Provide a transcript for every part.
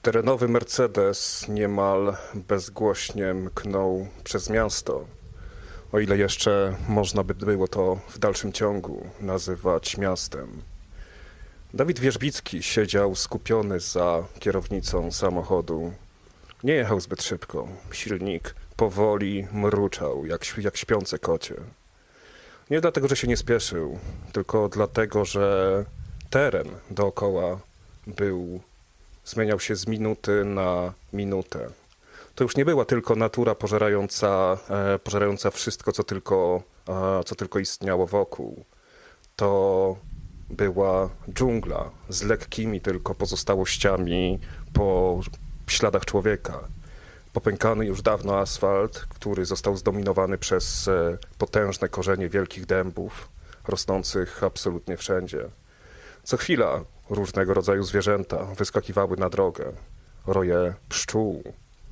Terenowy Mercedes niemal bezgłośnie mknął przez miasto, o ile jeszcze można by było to w dalszym ciągu nazywać miastem. Dawid Wierzbicki siedział skupiony za kierownicą samochodu. Nie jechał zbyt szybko. Silnik powoli mruczał, jak śpiące kocie. Nie dlatego, że się nie spieszył, tylko dlatego, że teren dookoła zmieniał się z minuty na minutę. To już nie była tylko natura pożerająca wszystko, co tylko istniało wokół. To była dżungla z lekkimi tylko pozostałościami po śladach człowieka. Popękany już dawno asfalt, który został zdominowany przez potężne korzenie wielkich dębów, rosnących absolutnie wszędzie. Co chwila różnego rodzaju zwierzęta wyskakiwały na drogę. Roje pszczół,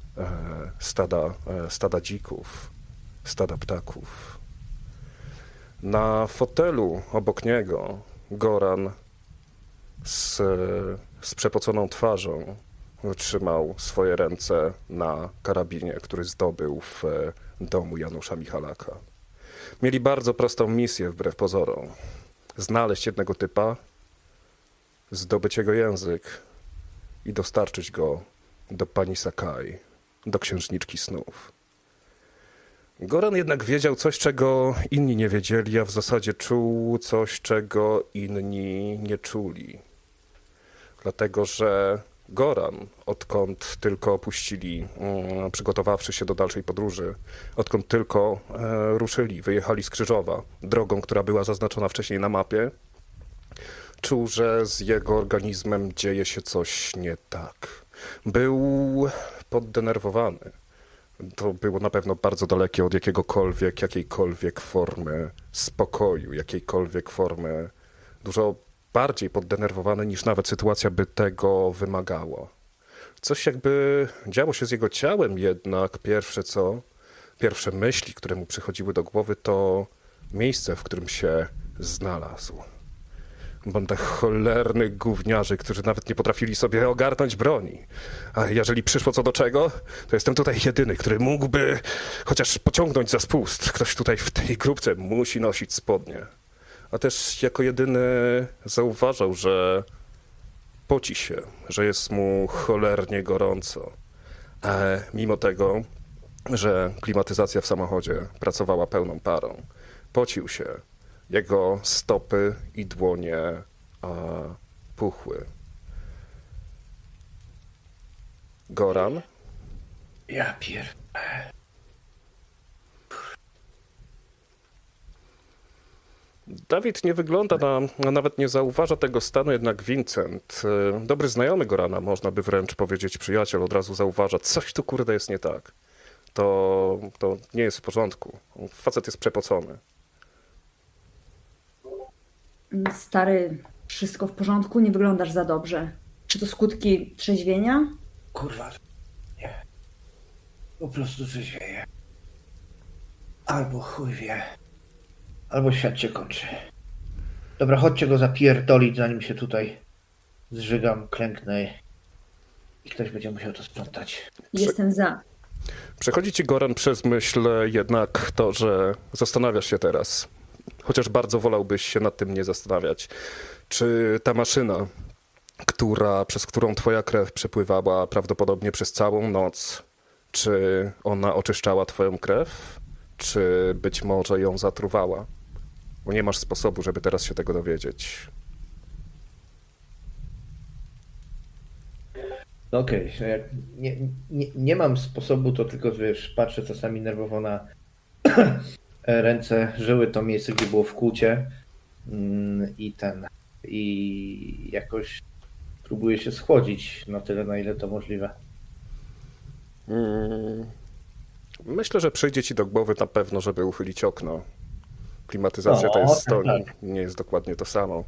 stada dzików, stada ptaków. Na fotelu obok niego Goran z przepoconą twarzą trzymał swoje ręce na karabinie, który zdobył w domu Janusza Michalaka. Mieli bardzo prostą misję wbrew pozorom. Znaleźć jednego typa, zdobyć jego język i dostarczyć go do pani Sakai, do księżniczki snów. Goran jednak wiedział coś, czego inni nie wiedzieli, a w zasadzie czuł coś, czego inni nie czuli. Dlatego, że Goran, odkąd tylko opuścili, przygotowawszy się do dalszej podróży, odkąd tylko wyjechali z Krzyżowa, drogą, która była zaznaczona wcześniej na mapie, czuł, że z jego organizmem dzieje się coś nie tak. Był poddenerwowany. To było na pewno bardzo dalekie od jakiejkolwiek formy spokoju, jakiejkolwiek formy dużo bardziej poddenerwowany niż nawet sytuacja by tego wymagała. Coś jakby działo się z jego ciałem jednak. Pierwsze myśli, które mu przychodziły do głowy, to miejsce, w którym się znalazł. Banda cholernych gówniarzy, którzy nawet nie potrafili sobie ogarnąć broni. A jeżeli przyszło co do czego, to jestem tutaj jedyny, który mógłby chociaż pociągnąć za spust. Ktoś tutaj w tej grupce musi nosić spodnie. A też jako jedyny zauważał, że poci się, że jest mu cholernie gorąco. A mimo tego, że klimatyzacja w samochodzie pracowała pełną parą, pocił się. Jego stopy i dłonie puchły. Goran? Ja pier... Dawid nie wygląda nawet nie zauważa tego stanu, jednak Vincent, dobry znajomy Gorana, można by wręcz powiedzieć przyjaciel, od razu zauważa, coś tu kurde jest nie tak. To nie jest w porządku. Facet jest przepocony. Stary, wszystko w porządku? Nie wyglądasz za dobrze. Czy to skutki trzeźwienia? Kurwa, nie. Po prostu trzeźwieję. Albo chuj wie. Albo świat się kończy. Dobra, chodźcie go zapierdolić, zanim się tutaj zżygam, klęknę i ktoś będzie musiał to sprzątać. Jestem za. Przechodzi ci, Goran, przez myśl jednak to, że zastanawiasz się teraz. Chociaż bardzo wolałbyś się nad tym nie zastanawiać. Czy ta maszyna, przez którą twoja krew przepływała prawdopodobnie przez całą noc, czy ona oczyszczała twoją krew, czy być może ją zatruwała? Bo nie masz sposobu, żeby teraz się tego dowiedzieć. Okej, no jak nie mam sposobu, to tylko, wiesz, patrzę czasami nerwowo na ręce, żyły to miejsce, gdzie było wkłucie i jakoś próbuję się schłodzić na tyle, na ile to możliwe. Myślę, że przyjdzie ci do głowy na pewno, żeby uchylić okno. Klimatyzacja to jest stoni, nie jest dokładnie to samo.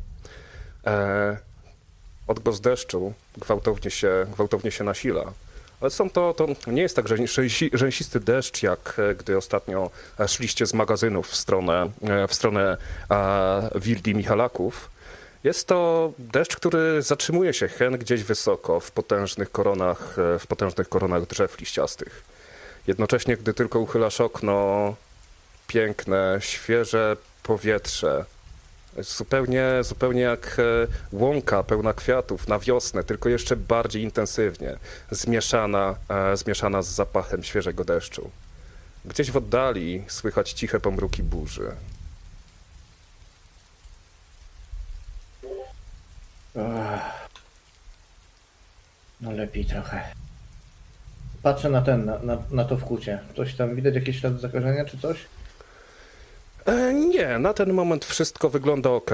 Odgłos deszczu gwałtownie się nasila. Ale to nie jest tak rzęsisty deszcz, jak gdy ostatnio szliście z magazynów w stronę Wildi Michalaków Jest to deszcz, który zatrzymuje się hen gdzieś wysoko w potężnych koronach drzew liściastych. Jednocześnie, gdy tylko uchylasz okno, piękne, świeże powietrze, zupełnie jak łąka pełna kwiatów na wiosnę, tylko jeszcze bardziej intensywnie, zmieszana z zapachem świeżego deszczu. Gdzieś w oddali słychać ciche pomruki burzy. No lepiej trochę. Patrzę na to w kucie. Coś tam widać, jakieś ślady zakażenia czy coś? Nie, na ten moment wszystko wygląda ok.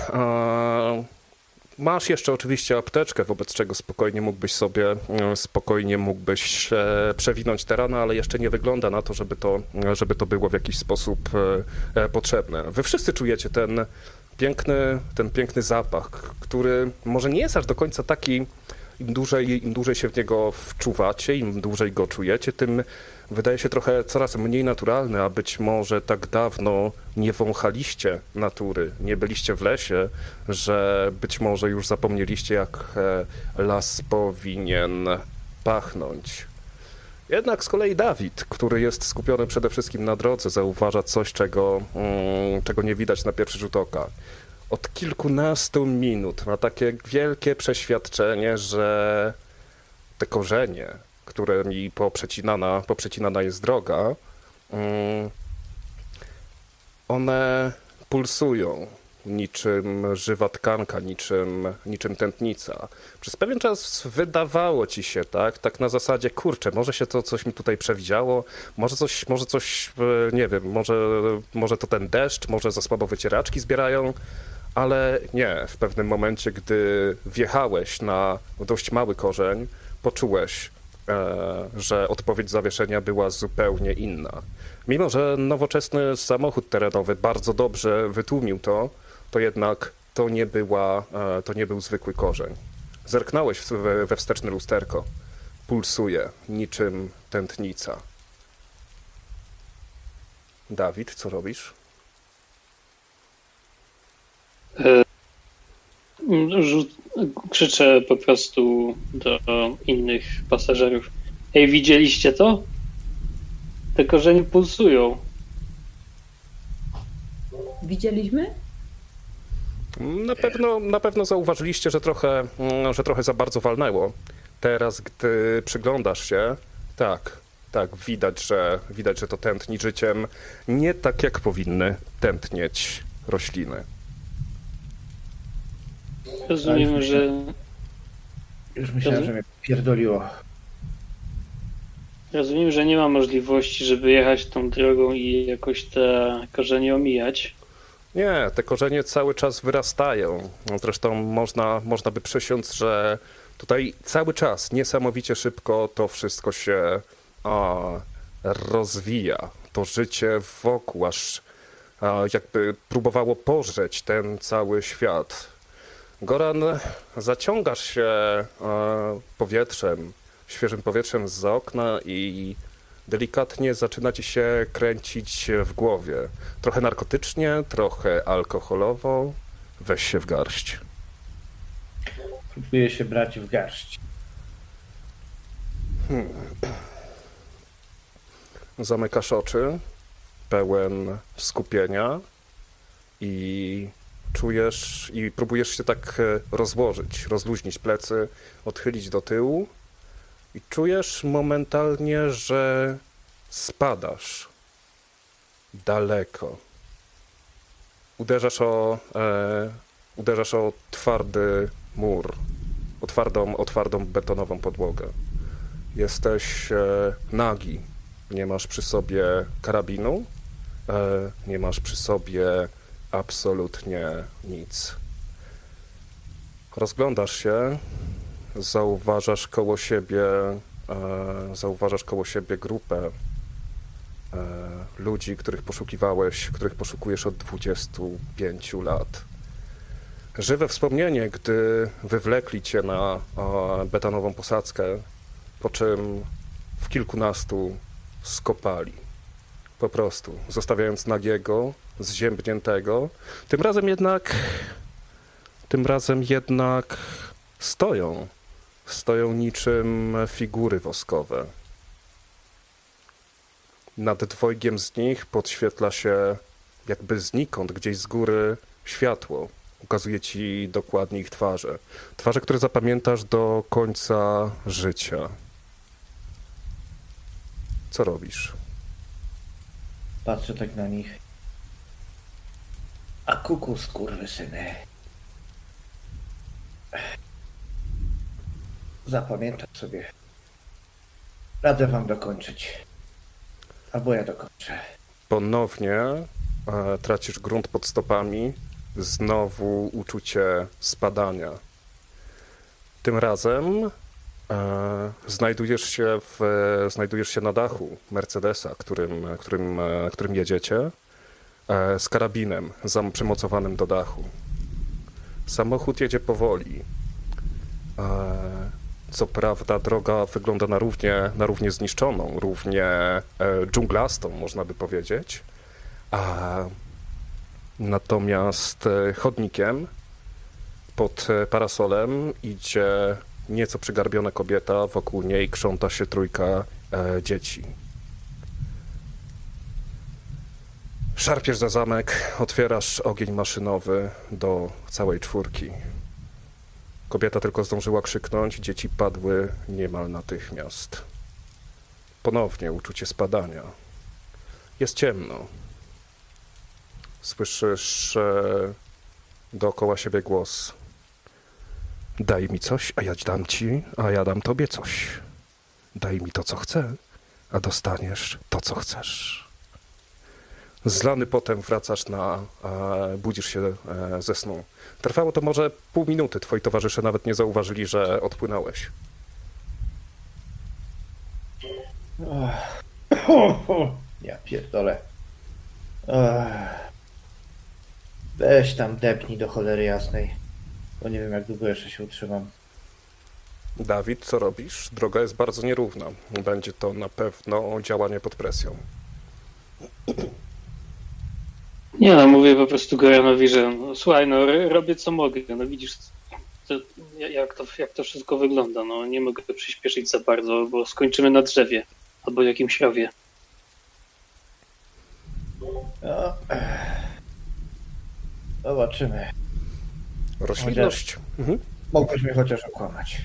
Masz jeszcze oczywiście apteczkę, wobec czego spokojnie mógłbyś przewinąć te rany, ale jeszcze nie wygląda na to, żeby to było w jakiś sposób potrzebne. Wy wszyscy czujecie ten piękny zapach, który może nie jest aż do końca taki, im dłużej się w niego wczuwacie, im dłużej go czujecie, tym wydaje się trochę coraz mniej naturalny, a być może tak dawno nie wąchaliście natury, nie byliście w lesie, że być może już zapomnieliście, jak las powinien pachnąć. Jednak z kolei Dawid, który jest skupiony przede wszystkim na drodze, zauważa coś, czego nie widać na pierwszy rzut oka. Od kilkunastu minut ma takie wielkie przeświadczenie, że te korzenie, którymi poprzecinana jest droga, one pulsują niczym żywa tkanka, niczym tętnica. Przez pewien czas wydawało ci się, tak na zasadzie, kurczę, może się to coś mi tutaj przewidziało, może coś, nie wiem, może to ten deszcz, może za słabo wycieraczki zbierają, ale nie, w pewnym momencie, gdy wjechałeś na dość mały korzeń, poczułeś, że odpowiedź zawieszenia była zupełnie inna. Mimo że nowoczesny samochód terenowy bardzo dobrze wytłumił to jednak to nie był zwykły korzeń. Zerknąłeś we wsteczne lusterko. Pulsuje niczym tętnica. Dawid, co robisz? Krzyczę po prostu do innych pasażerów. Ej, widzieliście to? Te korzenie pulsują. Widzieliśmy? Na pewno zauważyliście, że trochę za bardzo walnęło. Teraz, gdy przyglądasz się, tak, widać, że to tętni życiem nie tak, jak powinny tętnieć rośliny. Rozumiem, że... Już myślałem, że mnie pierdoliło. Rozumiem, że nie ma możliwości, żeby jechać tą drogą i jakoś te korzenie omijać. Nie, te korzenie cały czas wyrastają. Zresztą można by przysiąc, że tutaj cały czas niesamowicie szybko to wszystko się rozwija. To życie wokół aż jakby próbowało pożreć ten cały świat. Goran, zaciągasz się świeżym powietrzem z okna i delikatnie zaczyna ci się kręcić w głowie. Trochę narkotycznie, trochę alkoholowo. Weź się w garść. Próbuję się brać w garść. Zamykasz oczy, pełen skupienia i czujesz i próbujesz się tak rozluźnić plecy, odchylić do tyłu i czujesz momentalnie, że spadasz daleko. Uderzasz o twardy mur, o twardą betonową podłogę. Jesteś nagi. Nie masz przy sobie karabinu, nie masz przy sobie absolutnie nic. Rozglądasz się, zauważasz koło siebie grupę ludzi, których poszukujesz od 25 lat. Żywe wspomnienie, gdy wywlekli cię na betonową posadzkę, po czym w kilkunastu skopali. Po prostu, zostawiając nagiego, zziębniętego. Tym Tym razem jednak stoją. Stoją niczym figury woskowe. Nad dwojgiem z nich podświetla się jakby znikąd, gdzieś z góry, światło. Ukazuje ci dokładnie ich twarze. Twarze, które zapamiętasz do końca życia. Co robisz? Patrzę tak na nich. A kuku, skurwysyny. Zapamiętam sobie. Radzę wam dokończyć. Albo ja dokończę. Ponownie tracisz grunt pod stopami. Znowu uczucie spadania. Tym razem znajdujesz się na dachu Mercedesa, którym jedziecie, z karabinem przymocowanym do dachu. Samochód jedzie powoli. Co prawda droga wygląda na równie zniszczoną, równie dżunglastą, można by powiedzieć. Natomiast chodnikiem pod parasolem idzie nieco przygarbiona kobieta, wokół niej krząta się trójka dzieci. Szarpiesz za zamek, otwierasz ogień maszynowy do całej czwórki. Kobieta tylko zdążyła krzyknąć, dzieci padły niemal natychmiast. Ponownie uczucie spadania. Jest ciemno. Słyszysz dookoła siebie głos. Daj mi coś, a ja dam ci, a ja dam tobie coś. Daj mi to, co chcę, a dostaniesz to, co chcesz. Zlany potem wracasz budzisz się ze snu. Trwało to może pół minuty. Twoi towarzysze nawet nie zauważyli, że odpłynąłeś. Ja pierdolę. Weź tam depnij do cholery jasnej. Bo nie wiem, jak długo jeszcze się utrzymam. Dawid, co robisz? Droga jest bardzo nierówna. Będzie to na pewno działanie pod presją. Nie no, mówię po prostu Goranowi, że no, słuchaj, no robię co mogę, no widzisz jak to wszystko wygląda, no nie mogę przyspieszyć za bardzo, bo skończymy na drzewie albo jakimś rowie. No. Zobaczymy. Roślinność. Mogłeś mnie chociaż okłamać.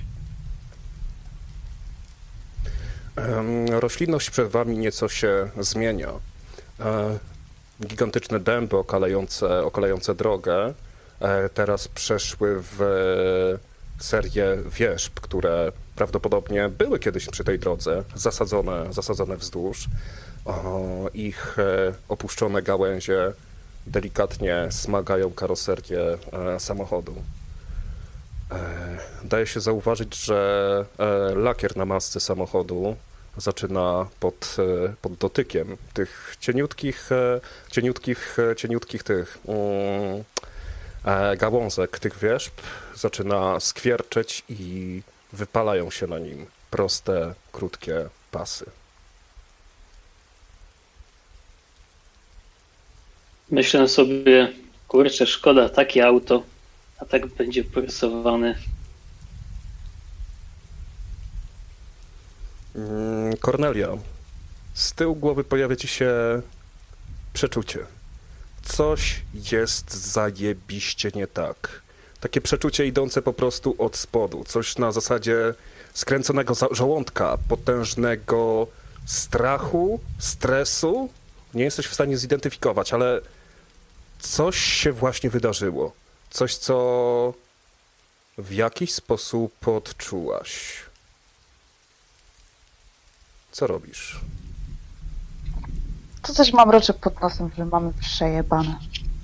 Roślinność przed wami nieco się zmienia. Gigantyczne dęby okalające drogę teraz przeszły w serię wierzb, które prawdopodobnie były kiedyś przy tej drodze, zasadzone wzdłuż. Ich opuszczone gałęzie delikatnie smagają karoserię samochodu. Daje się zauważyć, że lakier na masce samochodu zaczyna pod dotykiem tych cieniutkich tych gałązek tych wierzb zaczyna skwierczeć i wypalają się na nim proste, krótkie pasy. Myślę sobie, kurczę, szkoda, takie auto, a tak będzie porysowane. Kornelia, z tyłu głowy pojawia ci się przeczucie. Coś jest zajebiście nie tak. Takie przeczucie idące po prostu od spodu. Coś na zasadzie skręconego żołądka, potężnego strachu, stresu. Nie jesteś w stanie zidentyfikować, ale coś się właśnie wydarzyło. Coś, co w jakiś sposób odczułaś. Co robisz? To coś mam roczek pod nosem, że mamy przejebane.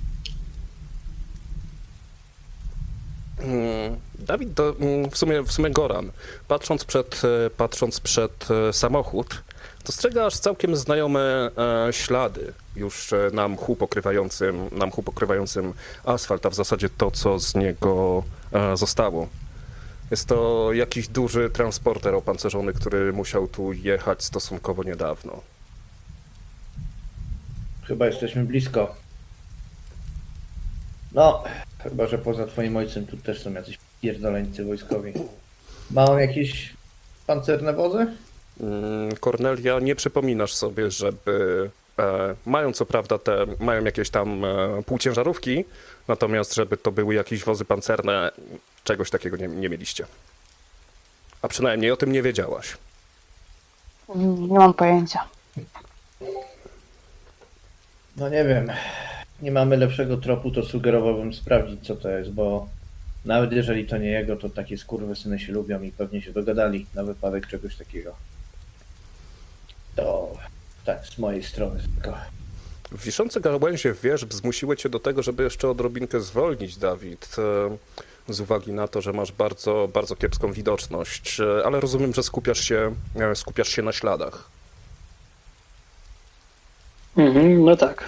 Dawid, w sumie Goran, patrząc przed samochód, dostrzegasz całkiem znajome ślady już na mchu pokrywającym asfalt, a w zasadzie to, co z niego zostało. Jest to jakiś duży transporter opancerzony, który musiał tu jechać stosunkowo niedawno. Chyba jesteśmy blisko. No, chyba, że poza twoim ojcem tu też są jacyś pierdoleńcy wojskowi. Ma on jakieś pancerne wozy? Kornelia, nie przypominasz sobie, żeby... mają co prawda mają jakieś tam półciężarówki, natomiast żeby to były jakieś wozy pancerne, czegoś takiego nie mieliście. A przynajmniej o tym nie wiedziałaś. Nie mam pojęcia. No nie wiem. Nie mamy lepszego tropu, to sugerowałbym sprawdzić, co to jest, bo nawet jeżeli to nie jego, to takie skurwysyny się lubią i pewnie się dogadali na wypadek czegoś takiego. To tak, z mojej strony tylko. Wiszące gałęzie wierzb zmusiły cię do tego, żeby jeszcze odrobinkę zwolnić, Dawid, z uwagi na to, że masz bardzo, bardzo kiepską widoczność, ale rozumiem, że skupiasz się na śladach. No tak.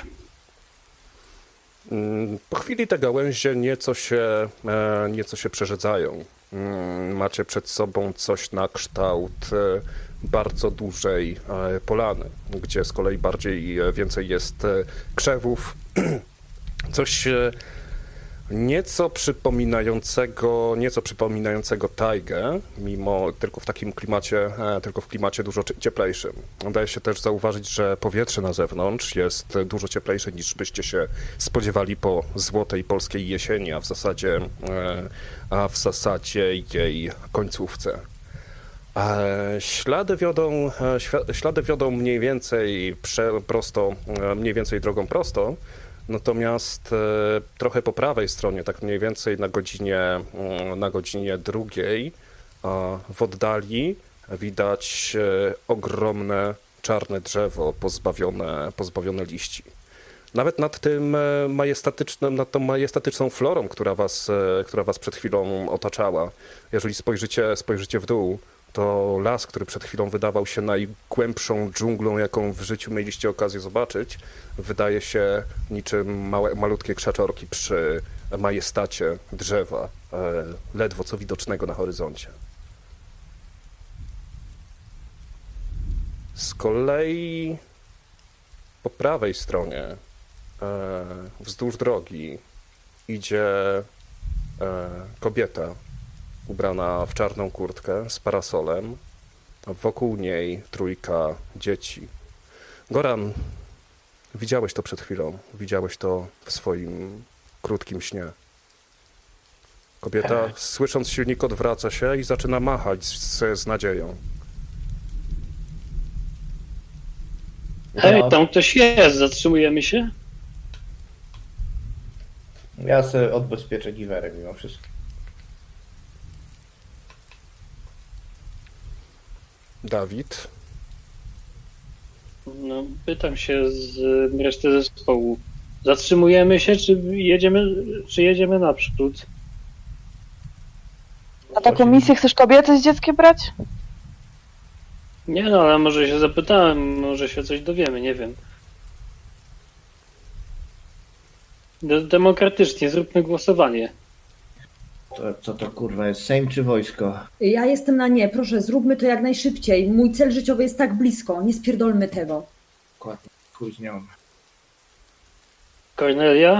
Po chwili te gałęzie nieco się przerzedzają. Macie przed sobą coś na kształt bardzo dużej polany, gdzie z kolei więcej jest krzewów. Coś nieco przypominającego tajgę, mimo tylko w klimacie dużo cieplejszym. Daje się też zauważyć, że powietrze na zewnątrz jest dużo cieplejsze niż byście się spodziewali po złotej polskiej jesieni, a w zasadzie jej końcówce. Ślady wiodą mniej więcej drogą prosto, natomiast trochę po prawej stronie, tak mniej więcej na godzinie drugiej, w oddali widać ogromne czarne drzewo pozbawione liści. Nawet nad tą majestatyczną florą, która was przed chwilą otaczała. Jeżeli spojrzycie w dół, to las, który przed chwilą wydawał się najgłębszą dżunglą, jaką w życiu mieliście okazję zobaczyć, wydaje się niczym malutkie krzaczorki przy majestacie drzewa, ledwo co widocznego na horyzoncie. Z kolei po prawej stronie, wzdłuż drogi, idzie kobieta ubrana w czarną kurtkę z parasolem, a wokół niej trójka dzieci. Goran, widziałeś to przed chwilą, widziałeś to w swoim krótkim śnie. Kobieta, słysząc silnik, odwraca się i zaczyna machać z nadzieją. Hej, tam ktoś jest, zatrzymujemy się? Ja sobie odbezpieczę giwerek mimo wszystko. Dawid? No, pytam się z reszty zespołu. Zatrzymujemy się, czy jedziemy naprzód? Na taką misję chcesz kobietę z dzieckiem brać? Nie no, ale może się zapytałem, może się coś dowiemy, nie wiem. Demokratycznie, zróbmy głosowanie. Co to kurwa jest, Sejm czy wojsko? Ja jestem na nie, proszę, zróbmy to jak najszybciej. Mój cel życiowy jest tak blisko, nie spierdolmy tego. Dokładnie, chuj z nią. Kornelia?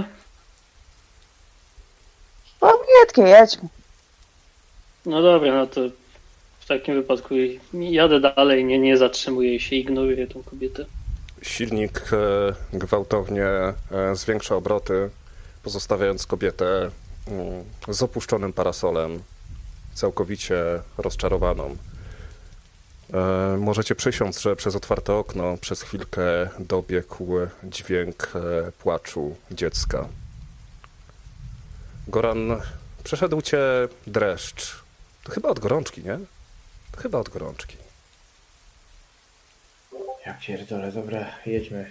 Kobietkie, jedźmy. No dobra, no to w takim wypadku jadę dalej, nie zatrzymuję się, ignoruję tą kobietę. Silnik gwałtownie zwiększa obroty, pozostawiając kobietę z opuszczonym parasolem, całkowicie rozczarowaną. Możecie przysiąc, że przez otwarte okno przez chwilkę dobiegł dźwięk płaczu dziecka. Goran, przeszedł cię dreszcz. To chyba od gorączki, nie? To chyba od gorączki. Ja pierdolę, dobra, jedźmy.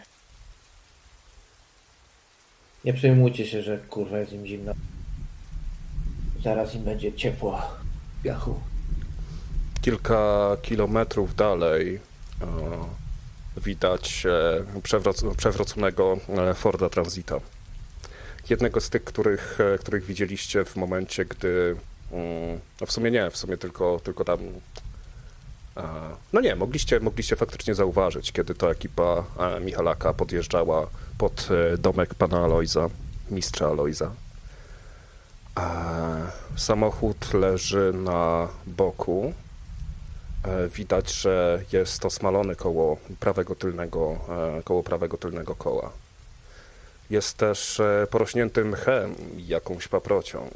Nie przejmujcie się, że kurwa jest im zimno. Zaraz im będzie ciepło w piachu. Kilka kilometrów dalej widać przewróconego Forda Transita. Jednego z tych, których widzieliście w momencie, gdy... No w sumie tylko tam... No nie, mogliście faktycznie zauważyć, kiedy to ekipa Michalaka podjeżdżała pod domek pana Alojza, mistrza Alojza. Samochód leży na boku. Widać, że jest osmalony koło prawego tylnego koła. Jest też porośnięty mchem i jakąś paprocią.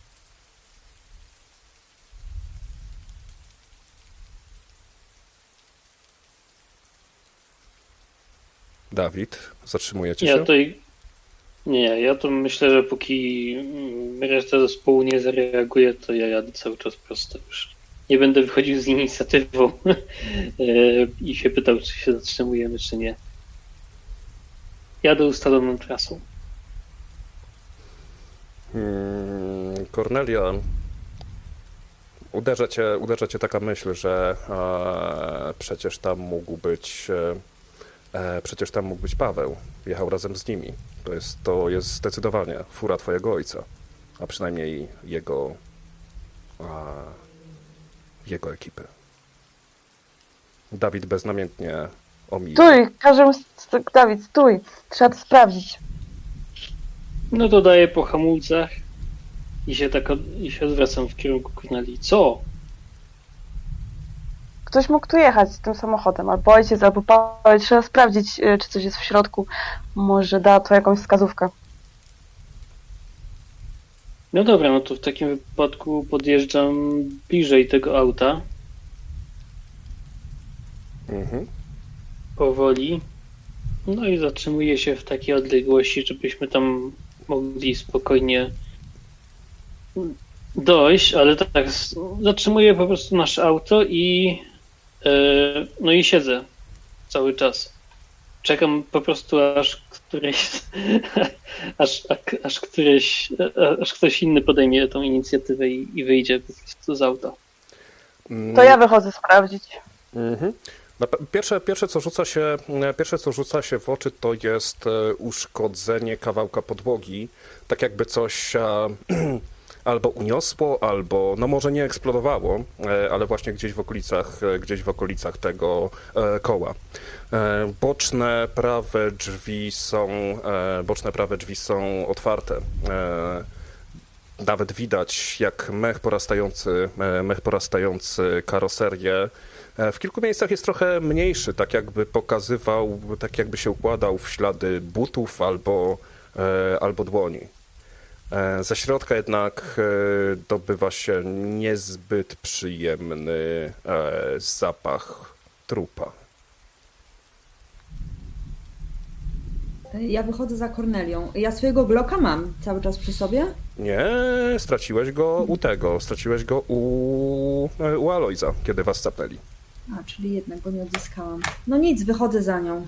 Dawid, zatrzymujecie się? Ja to myślę, że póki reszta zespołu nie zareaguje, to ja jadę cały czas prosto już. Nie będę wychodził z inicjatywą i się pytał, czy się zatrzymujemy, czy nie. Jadę ustaloną trasą. Kornelia, uderza cię taka myśl, że przecież tam mógł być Paweł. Jechał razem z nimi. To jest zdecydowanie fura twojego ojca, a przynajmniej jego ekipy. Dawid beznamiętnie omija. Dawid, stój. Trzeba to sprawdzić. No to daję po hamulcach i się zwracam w kierunku Kornelii. Co? Ktoś mógł tu jechać tym samochodem, albo ojciec, albo Paweł. Trzeba sprawdzić, czy coś jest w środku. Może da to jakąś wskazówkę. No dobra, no to w takim wypadku podjeżdżam bliżej tego auta. Powoli. No i zatrzymuję się w takiej odległości, żebyśmy tam mogli spokojnie dojść, ale tak, zatrzymuję po prostu nasze auto i no i siedzę cały czas. Czekam po prostu, aż ktoś inny podejmie tą inicjatywę i wyjdzie po prostu z auta. To ja wychodzę sprawdzić. Pierwsze, co rzuca się w oczy, to jest uszkodzenie kawałka podłogi, tak jakby coś albo uniosło, albo no może nie eksplodowało, ale właśnie gdzieś w okolicach tego koła. Boczne prawe drzwi są otwarte. Nawet widać, jak mech porastający karoserię w kilku miejscach jest trochę mniejszy, tak jakby się układał w ślady butów albo dłoni. Ze środka jednak dobywa się niezbyt przyjemny zapach trupa. Ja wychodzę za Kornelią. Ja swojego Glocka mam cały czas przy sobie? Nie, straciłeś go u Alojza, kiedy was zapnęli. A, czyli jednak go nie odzyskałam. No nic, wychodzę za nią.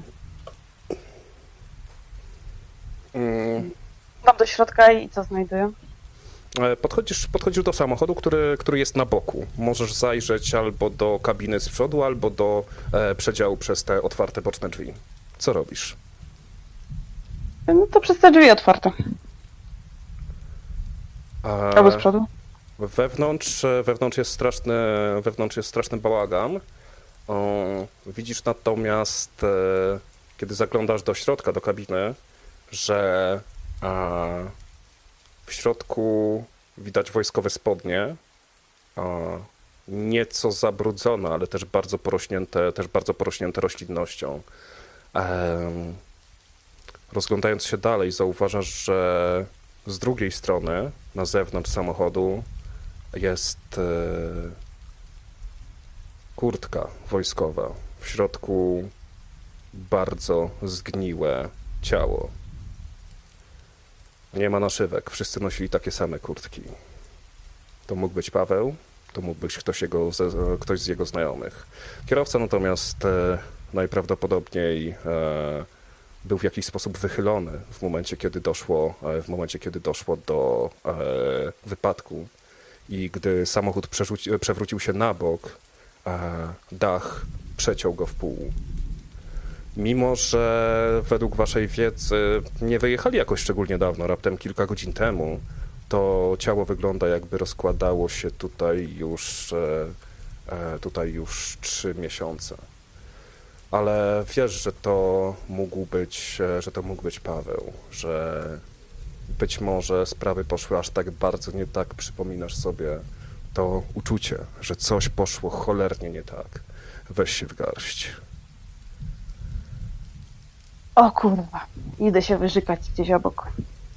Mam do środka i co znajduję? Podchodzisz do samochodu, który jest na boku. Możesz zajrzeć albo do kabiny z przodu, albo do przedziału przez te otwarte boczne drzwi. Co robisz? No to przez te drzwi otwarte. Albo z przodu. Wewnątrz jest straszny bałagan. Widzisz natomiast, kiedy zaglądasz do środka, do kabiny, że w środku widać wojskowe spodnie, nieco zabrudzone, ale też bardzo porośnięte roślinnością. Rozglądając się dalej, zauważasz, że z drugiej strony, na zewnątrz samochodu, jest kurtka wojskowa. W środku bardzo zgniłe ciało. Nie ma naszywek. Wszyscy nosili takie same kurtki. To mógł być Paweł, to mógł być ktoś z jego znajomych. Kierowca natomiast najprawdopodobniej był w jakiś sposób wychylony w momencie, kiedy doszło do wypadku. I gdy samochód przewrócił się na bok, dach przeciął go w pół. Mimo że według waszej wiedzy nie wyjechali jakoś szczególnie dawno, raptem kilka godzin temu, to ciało wygląda, jakby rozkładało się tutaj już 3 miesiące. Ale wiesz, że to mógł być Paweł, że być może sprawy poszły aż tak bardzo nie tak, przypominasz sobie to uczucie, że coś poszło cholernie nie tak. Weź się w garść. O kurwa, idę się wyżykać gdzieś obok.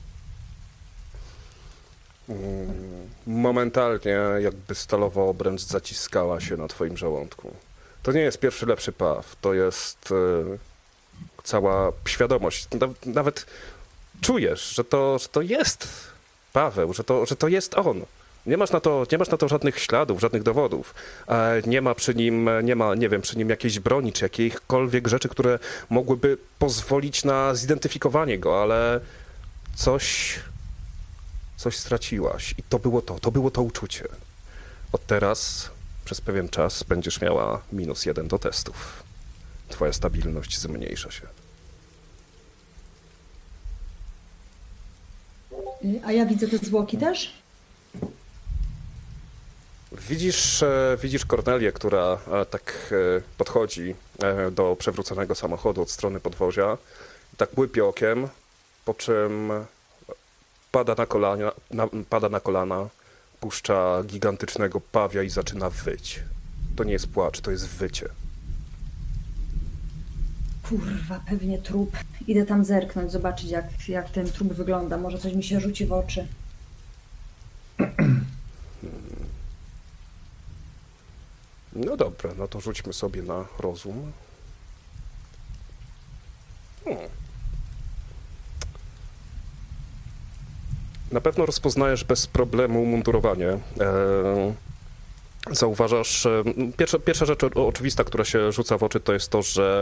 Momentalnie jakby stalowa obręcz zaciskała się na twoim żołądku. To nie jest pierwszy lepszy paw, to jest cała świadomość. Nawet czujesz, że to jest Paweł, że to jest on. Nie masz na to żadnych śladów, żadnych dowodów. Nie ma przy nim, nie wiem, przy nim jakiejś broni, czy jakichkolwiek rzeczy, które mogłyby pozwolić na zidentyfikowanie go, ale coś straciłaś. I to było to uczucie. Od teraz przez pewien czas będziesz miała -1 do testów. Twoja stabilność zmniejsza się. A ja widzę te zwłoki też? Widzisz Kornelię, która tak podchodzi do przewróconego samochodu od strony podwozia, tak łypie okiem, po czym pada na kolana, puszcza gigantycznego pawia i zaczyna wyć. To nie jest płacz, to jest wycie. Kurwa, pewnie trup. Idę tam zerknąć, zobaczyć jak ten trup wygląda. Może coś mi się rzuci w oczy. No dobra, no to rzućmy sobie na rozum. Na pewno rozpoznajesz bez problemu mundurowanie. Zauważasz, pierwsza rzecz oczywista, która się rzuca w oczy, to jest to,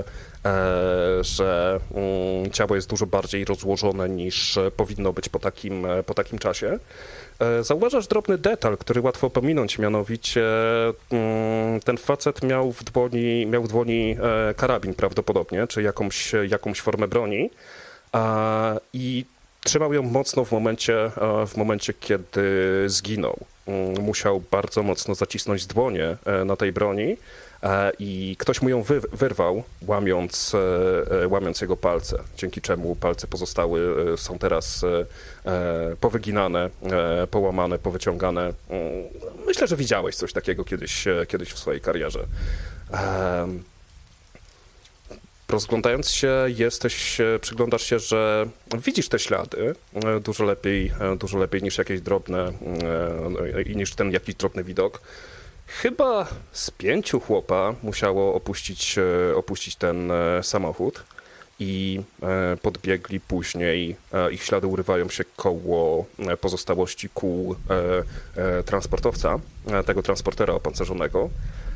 że ciało jest dużo bardziej rozłożone niż powinno być po takim czasie. Zauważasz drobny detal, który łatwo pominąć, mianowicie ten facet miał w dłoni karabin prawdopodobnie, czy jakąś formę broni i trzymał ją mocno w momencie, kiedy zginął. Musiał bardzo mocno zacisnąć dłonie na tej broni i ktoś mu ją wyrwał, łamiąc jego palce, dzięki czemu palce pozostałe są teraz powyginane, połamane, powyciągane. Myślę, że widziałeś coś takiego kiedyś w swojej karierze. Rozglądając się, przyglądasz się, że widzisz te ślady dużo lepiej niż jakieś drobne, niż ten jakiś drobny widok. Chyba z 5 chłopa musiało opuścić ten samochód i podbiegli później. Ich ślady urywają się koło pozostałości kół transportowca, tego transportera opancerzonego.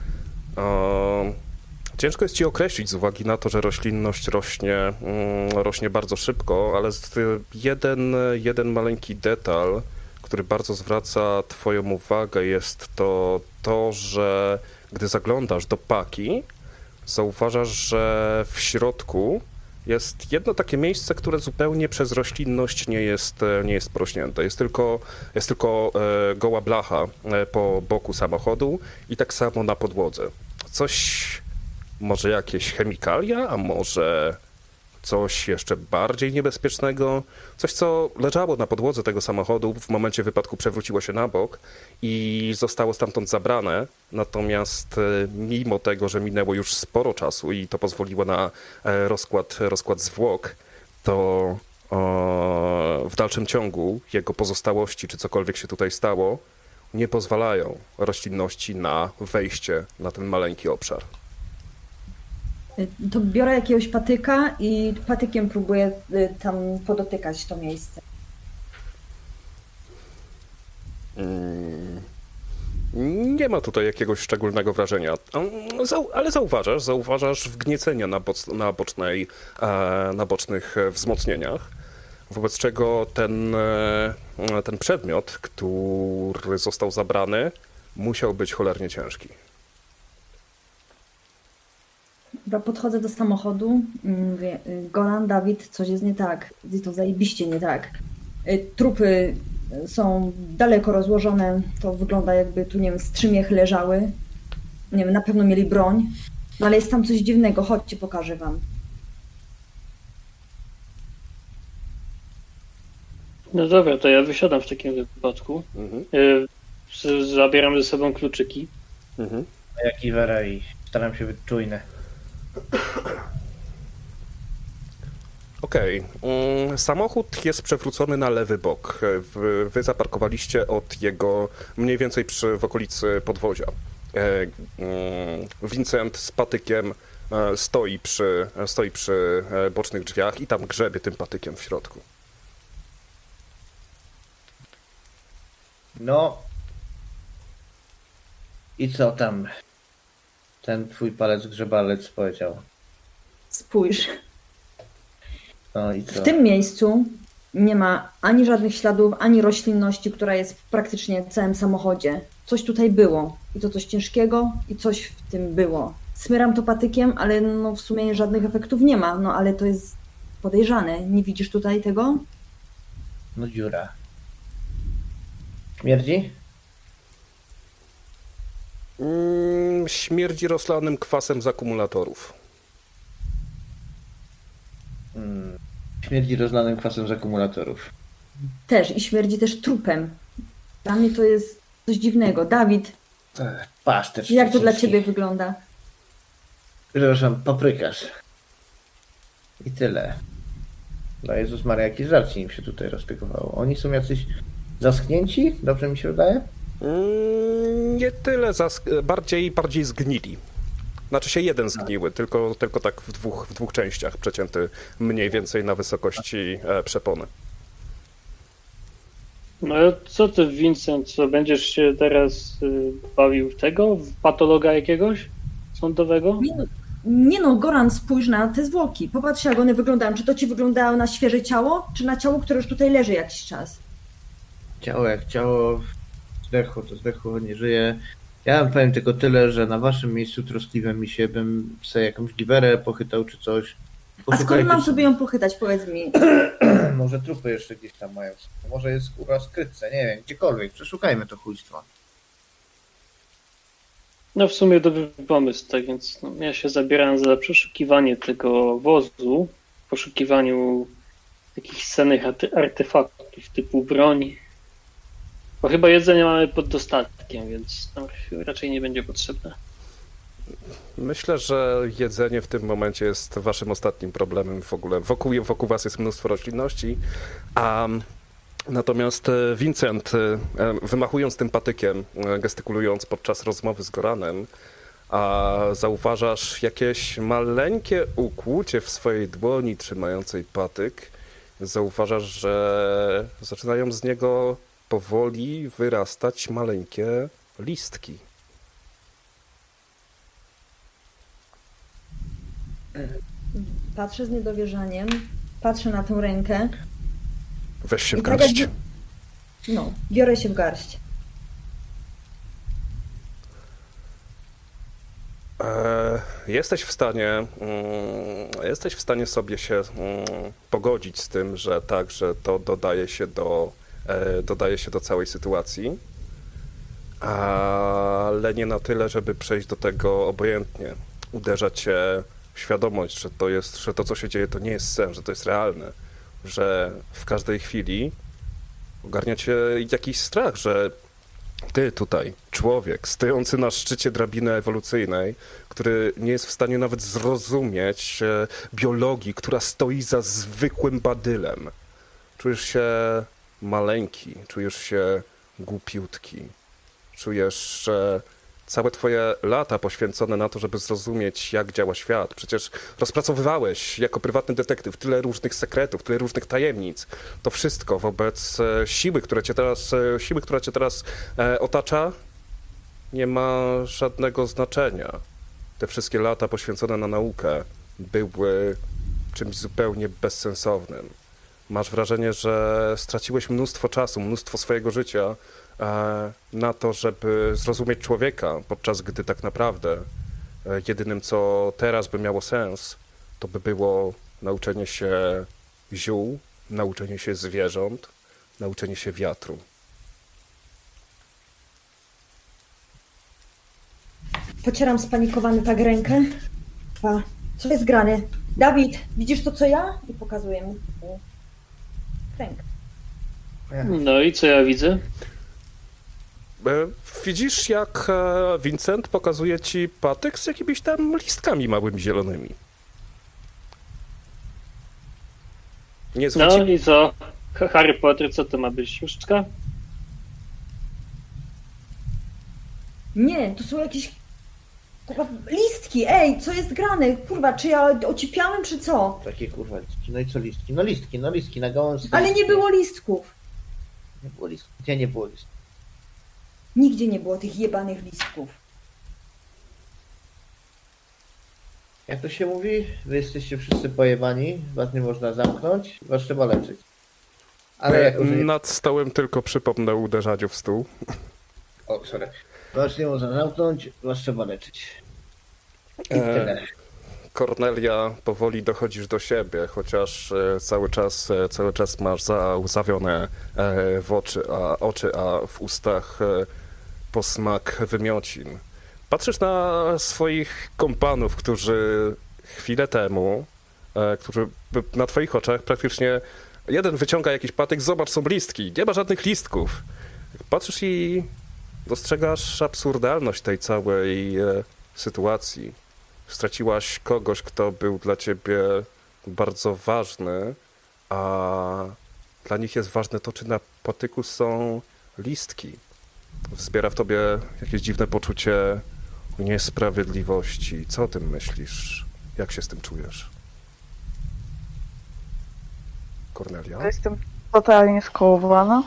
Ciężko jest ci określić z uwagi na to, że roślinność rośnie bardzo szybko, ale jeden maleńki detal, który bardzo zwraca twoją uwagę, jest to, że gdy zaglądasz do paki, zauważasz, że w środku jest jedno takie miejsce, które zupełnie przez roślinność nie jest porośnięte. Jest tylko goła blacha po boku samochodu i tak samo na podłodze. Może jakieś chemikalia, a może coś jeszcze bardziej niebezpiecznego? Coś, co leżało na podłodze tego samochodu, w momencie wypadku przewróciło się na bok i zostało stamtąd zabrane. Natomiast mimo tego, że minęło już sporo czasu i to pozwoliło na rozkład zwłok, to w dalszym ciągu jego pozostałości, czy cokolwiek się tutaj stało, nie pozwalają roślinności na wejście na ten maleńki obszar. To biorę jakiegoś patyka i patykiem próbuję tam podotykać to miejsce. Nie ma tutaj jakiegoś szczególnego wrażenia, ale zauważasz wgniecenia na bocznych wzmocnieniach, wobec czego ten przedmiot, który został zabrany, musiał być cholernie ciężki. Dobra, podchodzę do samochodu, mówię, Goran, Dawid, coś jest nie tak, to zajebiście nie tak. Trupy są daleko rozłożone, to wygląda jakby tu, nie wiem, strzemiechy leżały. Nie wiem, na pewno mieli broń, no ale jest tam coś dziwnego, chodźcie, pokażę wam. No dobra, to ja wysiadam w takim wypadku. Mhm. Zabieram ze sobą kluczyki. Mhm. Jak Iwera i staram się być czujny. Okej. Samochód jest przewrócony na lewy bok. Wy zaparkowaliście od jego mniej więcej w okolicy podwozia. Vincent z patykiem stoi przy bocznych drzwiach i tam grzebie tym patykiem w środku. No. I co tam? Ten twój palec grzebalec powiedział. Spójrz. No i co? W tym miejscu nie ma ani żadnych śladów, ani roślinności, która jest w praktycznie całym samochodzie. Coś tutaj było. I to coś ciężkiego, i coś w tym było. Smyram to patykiem, ale no w sumie żadnych efektów nie ma. No ale to jest podejrzane. Nie widzisz tutaj tego? No dziura. Śmierdzi? Śmierdzi rozlanym kwasem z akumulatorów. Śmierdzi rozlanym kwasem z akumulatorów. Też. I śmierdzi też trupem. Dla mnie to jest coś dziwnego. Dawid, Pasztet jak to dla szczeciński. ciebie wygląda? Przepraszam, paprykarz. I tyle. No Jezus Maria, jakieś żarcie im się tutaj roztykowało. Oni są jacyś zaschnięci? Dobrze mi się wydaje? Nie tyle, bardziej zgnili. Znaczy się jeden zgniły, tylko tak w dwóch częściach, przecięty mniej więcej na wysokości przepony. No co ty, Vincent, co będziesz się teraz bawił w tego? W patologa jakiegoś sądowego? Nie no, Goran, spójrz na te zwłoki. Popatrz, jak one wyglądają. Czy to ci wyglądało na świeże ciało, czy na ciało, które już tutaj leży jakiś czas? Ciało jak ciało. Zdechło, nie żyje. Ja wam powiem tylko tyle, że na waszym miejscu troskliwe mi się, bym sobie jakąś giwerę pochytał czy coś. A skąd Poszukajcie mam sobie ją pochytać, powiedz mi? Może trupy jeszcze gdzieś tam mają. Może jest kurwa skrytce, nie wiem, gdziekolwiek. Przeszukajmy to chujstwo. No w sumie dobry pomysł, tak więc no, ja się zabieram za przeszukiwanie tego wozu, w poszukiwaniu takich cennych artefaktów typu broń. Bo chyba jedzenia mamy pod dostatkiem, więc nam raczej nie będzie potrzebne. Myślę, że jedzenie w tym momencie jest waszym ostatnim problemem w ogóle. Wokół was jest mnóstwo roślinności, natomiast Vincent, wymachując tym patykiem, gestykulując podczas rozmowy z Goranem, zauważasz jakieś maleńkie ukłucie w swojej dłoni trzymającej patyk. Zauważasz, że zaczynają z niego powoli wyrastać maleńkie listki. Patrzę z niedowierzaniem, patrzę na tę rękę. Weź się w I tak garść. jakby- No, biorę się w garść. Jesteś w stanie sobie się pogodzić z tym, że tak, że to dodaje się do całej sytuacji, ale nie na tyle, żeby przejść do tego obojętnie. Uderza cię w świadomość, że to, co się dzieje, to nie jest sen, że to jest realne, że w każdej chwili ogarnia cię jakiś strach, że ty tutaj, człowiek stojący na szczycie drabiny ewolucyjnej, który nie jest w stanie nawet zrozumieć biologii, która stoi za zwykłym badylem. Czujesz się maleńki, czujesz się głupiutki. Czujesz, że całe twoje lata poświęcone na to, żeby zrozumieć, jak działa świat. Przecież rozpracowywałeś jako prywatny detektyw tyle różnych sekretów, tyle różnych tajemnic. To wszystko wobec siły, która cię teraz otacza, nie ma żadnego znaczenia. Te wszystkie lata poświęcone na naukę były czymś zupełnie bezsensownym. Masz wrażenie, że straciłeś mnóstwo czasu, mnóstwo swojego życia na to, żeby zrozumieć człowieka, podczas gdy tak naprawdę jedynym, co teraz by miało sens, to by było nauczenie się ziół, nauczenie się zwierząt, nauczenie się wiatru. Pocieram spanikowany tak rękę. Co jest grane? Dawid, widzisz to, co ja? I pokazuję mu rękę. No i co ja widzę? Widzisz, jak Vincent pokazuje ci patyk z jakimiś tam listkami małymi zielonymi. Nie zwróci... No i co? Harry Potter, co to ma być? Różdżka? Nie, to są jakieś kurwa, listki. Ej, co jest grane? Kurwa, czy ja ocipiałem, czy co? Takie kurwa listki. No i co listki? No listki na gałązce. Ale nie było listków. Nie było listków. Gdzie nie było listków? Nigdzie nie było tych jebanych listków. Jak to się mówi? Wy jesteście wszyscy pojebani, was nie można zamknąć, was trzeba leczyć. Ale jako, że... Nad stołem tylko przypomnę o uderzaniu w stół. O, sorry. Was nie można zamknąć, was trzeba leczyć. I tyle. Kornelia, powoli dochodzisz do siebie, chociaż cały czas masz załzawione w oczy, a w ustach posmak wymiocin. Patrzysz na swoich kompanów, którzy chwilę temu, którzy na twoich oczach praktycznie jeden wyciąga jakiś patyk, zobacz, są listki, nie ma żadnych listków. Patrzysz i dostrzegasz absurdalność tej całej sytuacji. Straciłaś kogoś, kto był dla ciebie bardzo ważny, a dla nich jest ważne to, czy na patyku są listki. Wzbiera w tobie jakieś dziwne poczucie niesprawiedliwości. Co o tym myślisz? Jak się z tym czujesz? Kornelia? Jestem totalnie skołowana.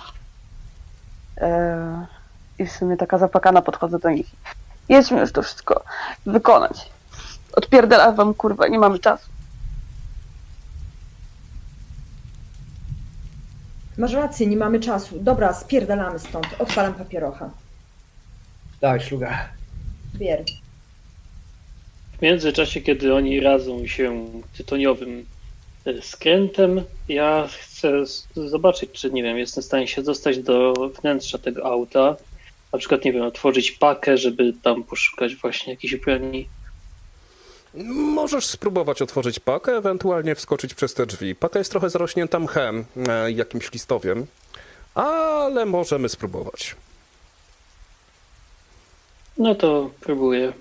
I w sumie taka zapakana podchodzę do nich. Jedźmy już to wszystko wykonać. Odpierdalam wam, kurwa, nie mamy czasu. Masz rację, nie mamy czasu. Dobra, spierdalamy stąd. Odpalam papierocha. Dawaj, szluga. Bier. W międzyczasie, kiedy oni radzą się tytoniowym skrętem, ja chcę zobaczyć, czy, nie wiem, jestem w stanie się dostać do wnętrza tego auta. Na przykład, nie wiem, otworzyć pakę, żeby tam poszukać właśnie jakiejś broni. Możesz spróbować otworzyć pakę, ewentualnie wskoczyć przez te drzwi. Paka jest trochę zarośnięta mchem, jakimś listowiem, ale możemy spróbować. No to próbuję.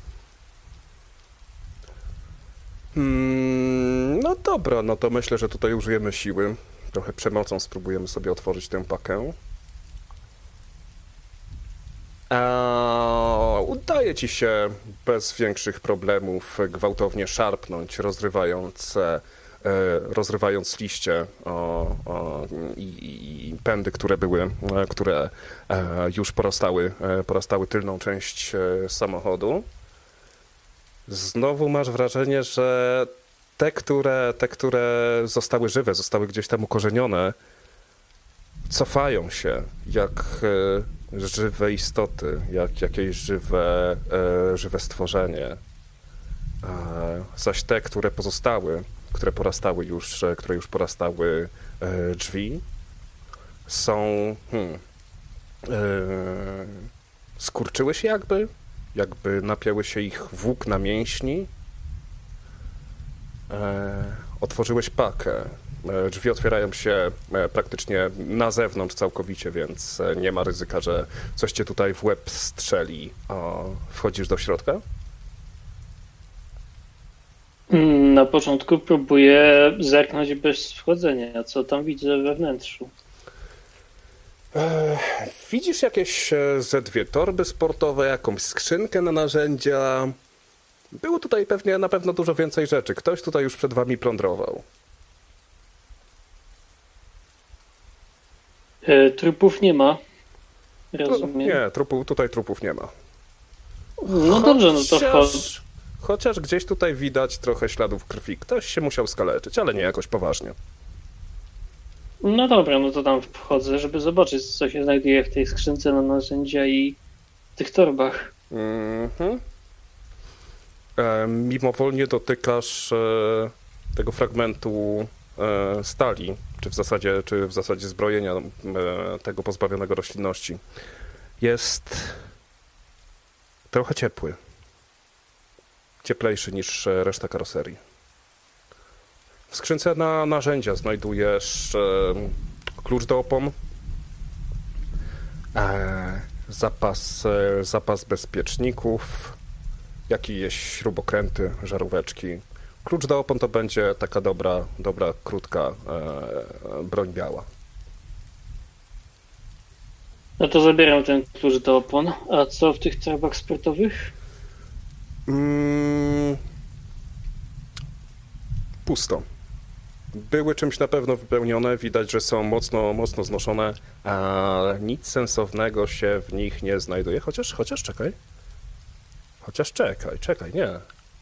No dobra, no to myślę, że tutaj użyjemy siły. Trochę przemocą spróbujemy sobie otworzyć tę pakę. Udaje ci się bez większych problemów gwałtownie szarpnąć, rozrywając liście i pędy, które już porastały tylną część samochodu. Znowu masz wrażenie, że te, które zostały żywe, zostały gdzieś tam ukorzenione, cofają się jak żywe istoty, jak jakieś żywe stworzenie. Zaś te, które pozostały, które już porastały drzwi, są skurczyły się jakby napięły się ich włókna mięśni. Otworzyłeś pakę. Drzwi otwierają się praktycznie na zewnątrz całkowicie, więc nie ma ryzyka, że coś cię tutaj w łeb strzeli. Wchodzisz do środka? Na początku próbuję zerknąć bez wchodzenia, co tam widzę we wnętrzu. Widzisz jakieś ze dwie torby sportowe, jakąś skrzynkę na narzędzia. Było tutaj na pewno dużo więcej rzeczy. Ktoś tutaj już przed wami plądrował. Trupów nie ma. Rozumiem. Nie, tutaj trupów nie ma. No dobrze, no to Chociaż gdzieś tutaj widać trochę śladów krwi. Ktoś się musiał skaleczyć, ale nie jakoś poważnie. No dobra, no to tam wchodzę, żeby zobaczyć, co się znajduje w tej skrzynce na narzędzia i w tych torbach. Mimowolnie dotykasz tego fragmentu stali, czy w zasadzie zbrojenia tego pozbawionego roślinności. Jest trochę ciepły. Cieplejszy niż reszta karoserii. W skrzynce na narzędzia znajdujesz klucz do opon, zapas bezpieczników, jakieś śrubokręty, żaróweczki. Klucz do opon to będzie taka dobra, krótka broń biała. No to zabieram ten klucz do opon. A co w tych torbach sportowych? Pusto. Były czymś na pewno wypełnione, widać, że są mocno znoszone, a nic sensownego się w nich nie znajduje. Chociaż czekaj. Czekaj, nie.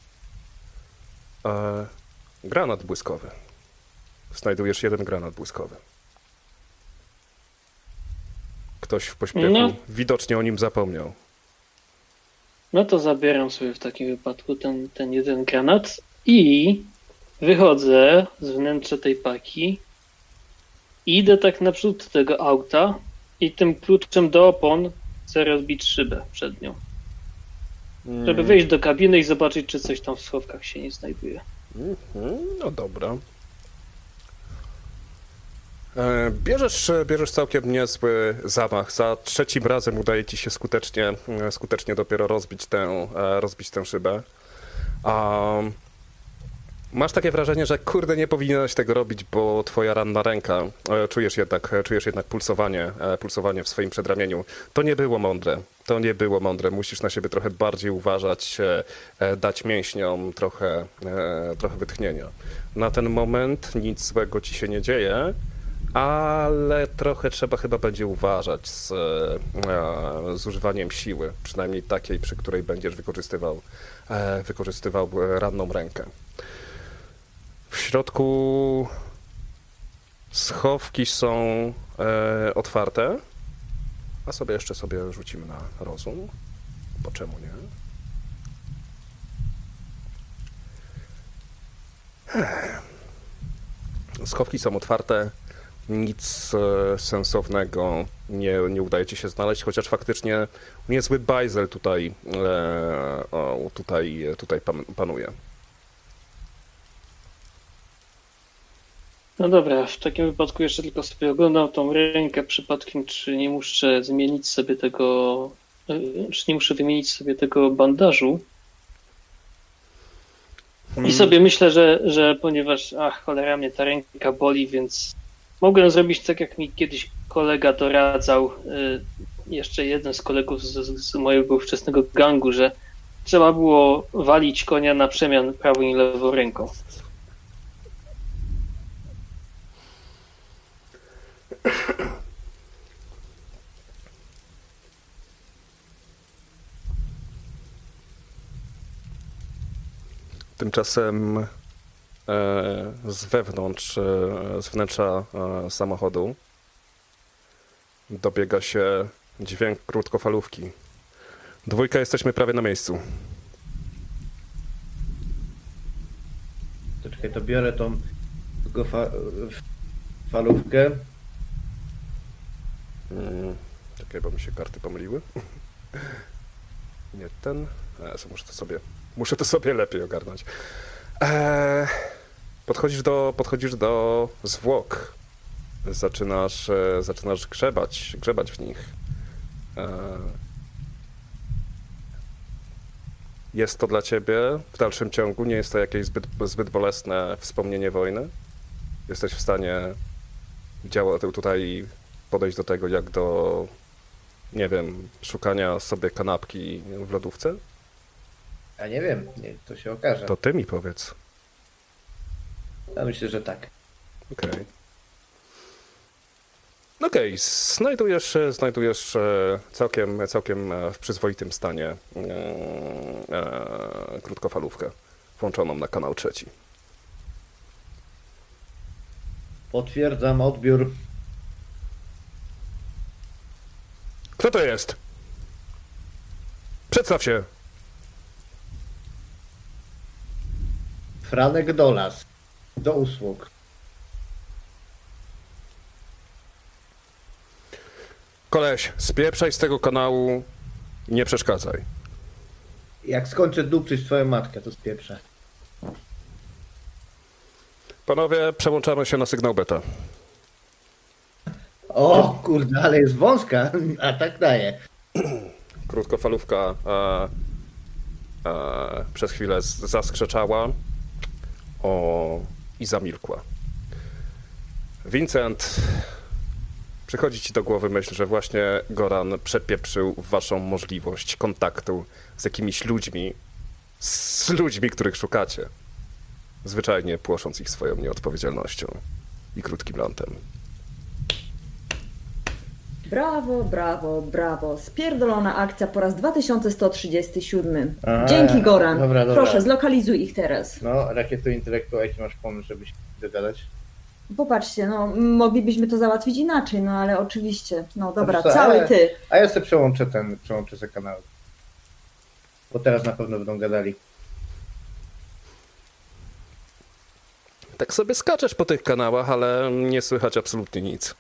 Granat błyskowy. Znajdujesz jeden granat błyskowy. Ktoś w pośpiechu widocznie o nim zapomniał. No to zabieram sobie w takim wypadku ten jeden granat i wychodzę z wnętrza tej paki, idę tak naprzód tego auta i tym kluczem do opon chcę rozbić szybę przed nią. Żeby wejść do kabiny i zobaczyć, czy coś tam w schowkach się nie znajduje. No dobra. Bierzesz całkiem niezły zamach. Za trzecim razem udaje ci się skutecznie dopiero rozbić tę szybę. Masz takie wrażenie, że kurde, nie powinieneś tego robić, bo twoja ranna ręka, czujesz jednak pulsowanie w swoim przedramieniu. To nie było mądre. Musisz na siebie trochę bardziej uważać, dać mięśniom trochę wytchnienia. Na ten moment nic złego ci się nie dzieje, ale trochę trzeba chyba będzie uważać z używaniem siły, przynajmniej takiej, przy której będziesz wykorzystywał ranną rękę. W środku schowki są otwarte, a jeszcze sobie rzucimy na rozum, bo czemu nie? Schowki są otwarte, nic sensownego nie udaje ci się znaleźć, chociaż faktycznie niezły bajzel tutaj panuje. No dobra, w takim wypadku jeszcze tylko sobie oglądam tą rękę przypadkiem, czy nie muszę wymienić sobie tego bandażu. I sobie myślę, że ponieważ cholera mnie ta ręka boli, więc mogłem zrobić tak, jak mi kiedyś kolega doradzał, jeszcze jeden z kolegów z mojego ówczesnego gangu, że trzeba było walić konia na przemian prawą i lewą ręką. Tymczasem z wnętrza samochodu dobiega się dźwięk krótkofalówki. Dwójka, jesteśmy prawie na miejscu. To czekaj, to biorę tą falówkę. Czekaj, bo mi się karty pomyliły. Nie ten. Muszę to sobie lepiej ogarnąć. Podchodzisz do zwłok. Zaczynasz grzebać w nich. Jest to dla ciebie w dalszym ciągu, nie jest to jakieś zbyt bolesne wspomnienie wojny? Jesteś w stanie tutaj podejść do tego jak do, nie wiem, szukania sobie kanapki w lodówce? Ja nie wiem, to się okaże. To ty mi powiedz. Ja myślę, że tak. Okej, znajdujesz całkiem w przyzwoitym stanie krótkofalówkę włączoną na kanał 3. Potwierdzam odbiór. Kto to jest? Przedstaw się. Franek Dolas. Do usług. Koleś, spieprzaj z tego kanału i nie przeszkadzaj. Jak skończę dupczyć twoją matkę, to spieprzę. Panowie, przełączamy się na sygnał beta. O kurde, ale jest wąska, a tak daje. Krótkofalówka przez chwilę zaskrzeczała i zamilkła. Vincent, przychodzi ci do głowy myśl, że właśnie Goran przepieprzył waszą możliwość kontaktu z jakimiś ludźmi, których szukacie. Zwyczajnie płosząc ich swoją nieodpowiedzialnością i krótkim lądem. Brawo, brawo, brawo. Spierdolona akcja po raz 2137. Aha, Dzięki, Goran. dobra. Proszę, zlokalizuj ich teraz. No, rakietu intelektu, jaki masz pomysł, żeby się dogadać? Popatrzcie, no moglibyśmy to załatwić inaczej, no ale oczywiście. No dobra, Dobrze, cały ale- ty. A ja sobie przełączę te kanały. Bo teraz na pewno będą gadali. Tak sobie skaczesz po tych kanałach, ale nie słychać absolutnie nic.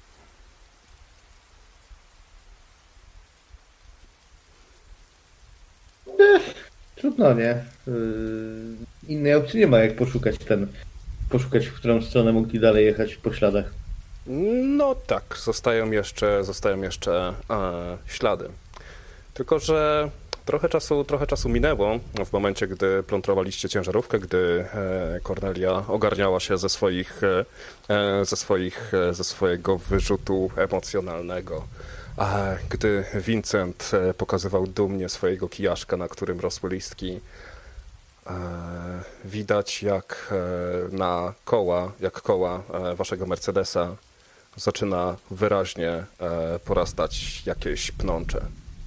Trudno, nie? Innej opcji nie ma, jak poszukać, w którą stronę mogli dalej jechać po śladach. No tak, zostają jeszcze ślady. Tylko że trochę czasu minęło w momencie, gdy plątrowaliście ciężarówkę, gdy Cornelia ogarniała się ze swojego wyrzutu emocjonalnego. A gdy Vincent pokazywał dumnie swojego kijaszka, na którym rosły listki, widać jak koła waszego Mercedesa zaczyna wyraźnie porastać jakieś pnącze.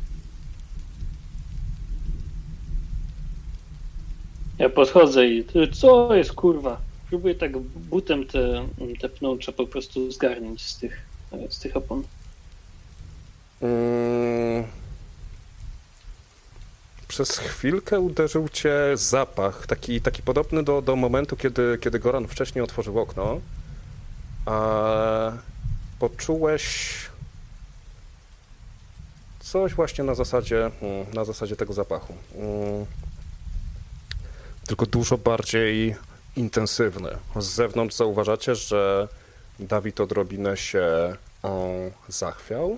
Ja podchodzę i co jest kurwa? Próbuję tak butem te pnącza po prostu zgarnąć z tych opon. Przez chwilkę uderzył cię zapach, taki podobny do momentu, kiedy Goran wcześniej otworzył okno. Poczułeś coś właśnie na zasadzie tego zapachu. Tylko dużo bardziej intensywny. Z zewnątrz zauważacie, że Dawid odrobinę się zachwiał.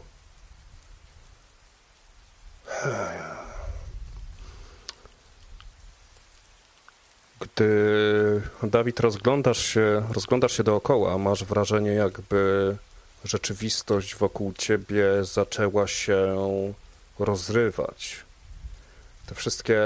Gdy Dawid rozglądasz się dookoła, masz wrażenie, jakby rzeczywistość wokół ciebie zaczęła się rozrywać. Te wszystkie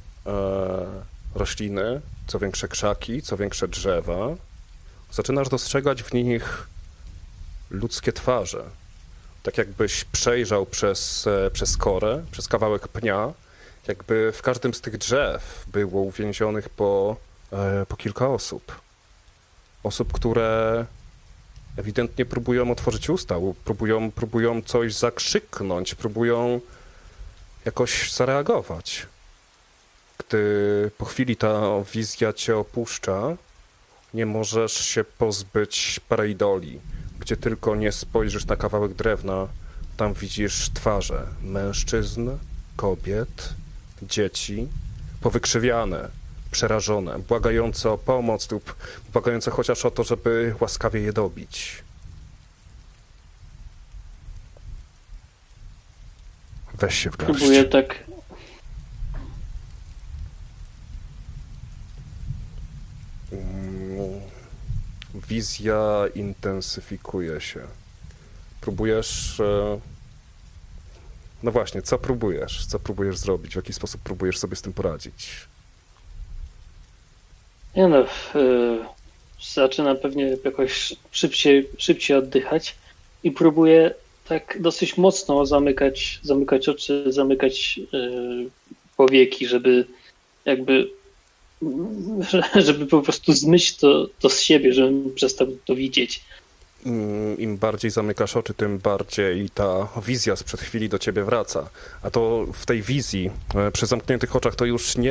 rośliny, co większe krzaki, co większe drzewa, zaczynasz dostrzegać w nich ludzkie twarze. Tak jakbyś przejrzał przez korę, przez kawałek pnia, jakby w każdym z tych drzew było uwięzionych po kilka osób. Osób, które ewidentnie próbują otworzyć usta, próbują coś zakrzyknąć, próbują jakoś zareagować. Gdy po chwili ta wizja cię opuszcza, nie możesz się pozbyć pareidolii. Gdzie tylko nie spojrzysz na kawałek drewna, tam widzisz twarze mężczyzn, kobiet, dzieci, powykrzywiane, przerażone, błagające o pomoc lub błagające chociaż o to, żeby łaskawie je dobić. Weź się w garść. Próbuję tak. Wizja intensyfikuje się. Próbujesz... No właśnie, co próbujesz? Co próbujesz zrobić? W jaki sposób próbujesz sobie z tym poradzić? Nie no, zaczynam pewnie jakoś szybciej oddychać i próbuję tak dosyć mocno zamykać oczy, zamykać powieki, żeby po prostu zmyć to z siebie, żebym przestał to widzieć. Im bardziej zamykasz oczy, tym bardziej ta wizja sprzed chwili do ciebie wraca. A to w tej wizji, przy zamkniętych oczach, to już nie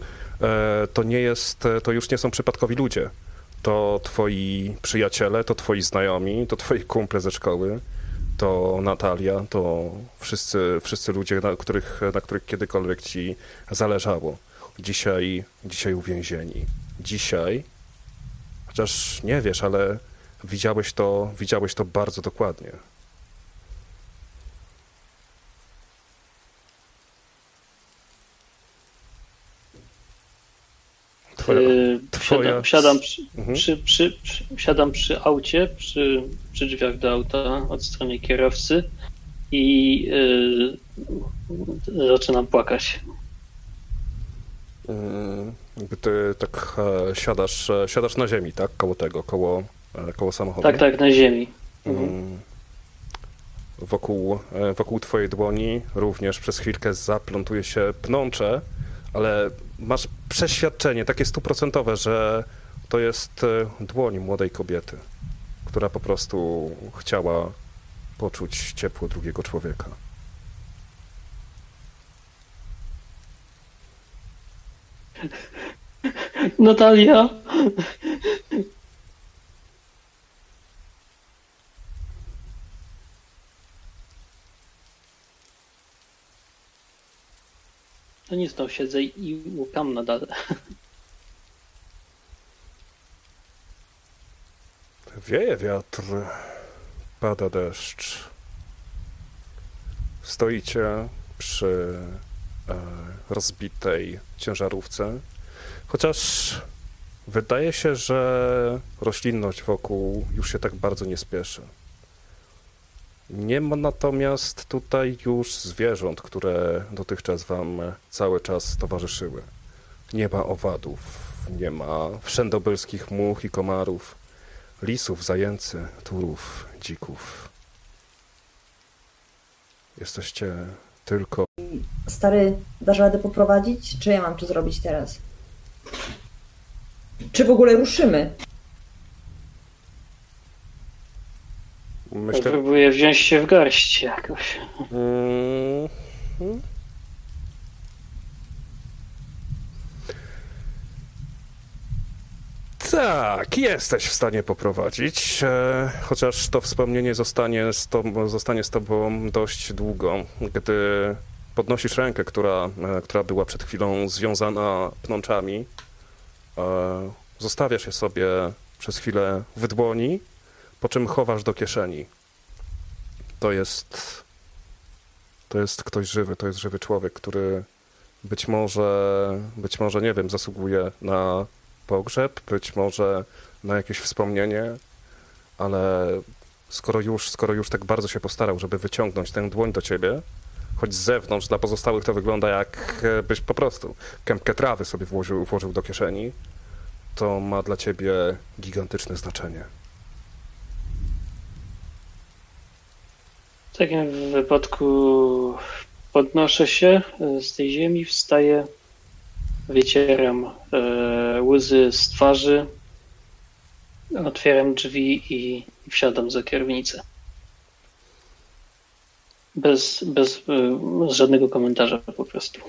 są przypadkowi ludzie. To twoi przyjaciele, to twoi znajomi, to twoi kumple ze szkoły, to Natalia, to wszyscy ludzie, na których kiedykolwiek ci zależało. Dzisiaj uwięzieni. Dzisiaj, chociaż nie wiesz, ale widziałeś to bardzo dokładnie. Twoja... Siadam przy aucie, przy drzwiach do auta od strony kierowcy i zaczynam płakać. Jakby ty tak siadasz na ziemi, tak? Koło samochodu. Tak, na ziemi. Wokół twojej dłoni również przez chwilkę zaplątuje się pnącze, ale masz przeświadczenie takie 100%, że to jest dłoń młodej kobiety, która po prostu chciała poczuć ciepło drugiego człowieka. Natalia! To nic, to siedzę i łukam nadal. Wieje wiatr, pada deszcz. Stoicie przy rozbitej ciężarówce, chociaż wydaje się, że roślinność wokół już się tak bardzo nie spieszy. Nie ma natomiast tutaj już zwierząt, które dotychczas wam cały czas towarzyszyły. Nie ma owadów, nie ma wszędobylskich much i komarów, lisów, zajęcy, turów, dzików. Jesteście tylko... Stary, dasz radę poprowadzić? Czy ja mam to zrobić teraz? Czy w ogóle ruszymy? Myślę... Próbuję wziąć się w garść jakoś. Tak, jesteś w stanie poprowadzić, chociaż to wspomnienie zostanie z tobą dość długo, gdy podnosisz rękę, która była przed chwilą związana pnączami, zostawiasz je sobie przez chwilę w dłoni, po czym chowasz do kieszeni. To jest ktoś żywy, to jest żywy człowiek, który być może, nie wiem, zasługuje na pogrzeb, być może na jakieś wspomnienie, ale skoro już tak bardzo się postarał, żeby wyciągnąć tę dłoń do ciebie, choć z zewnątrz dla pozostałych to wygląda jakbyś po prostu kępkę trawy sobie włożył do kieszeni, to ma dla ciebie gigantyczne znaczenie. W takim wypadku podnoszę się z tej ziemi, wstaję, wycieram łzy z twarzy, otwieram drzwi i wsiadam za kierownicę. Bez żadnego komentarza po prostu.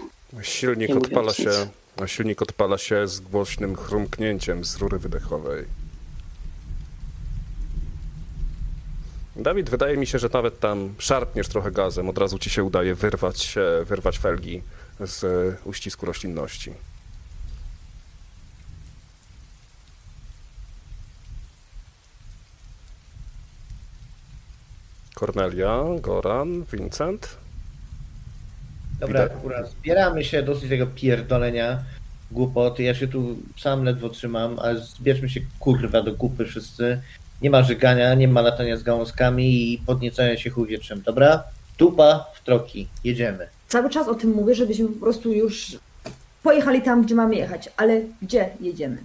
Silnik odpala się z głośnym chrumknięciem z rury wydechowej. Dawid, wydaje mi się, że nawet tam szarpniesz trochę gazem, od razu ci się udaje wyrwać felgi z uścisku roślinności. Kornelia, Goran, Vincent. Dobra, kurwa, zbieramy się dosyć tego pierdolenia, głupoty. Ja się tu sam ledwo trzymam, ale zbierzmy się kurwa do kupy wszyscy. Nie ma żygania, nie ma latania z gałązkami i podniecania się chuj wietrzem, dobra? Dupa w troki, jedziemy. Cały czas o tym mówię, żebyśmy po prostu już pojechali tam, gdzie mamy jechać, ale gdzie jedziemy?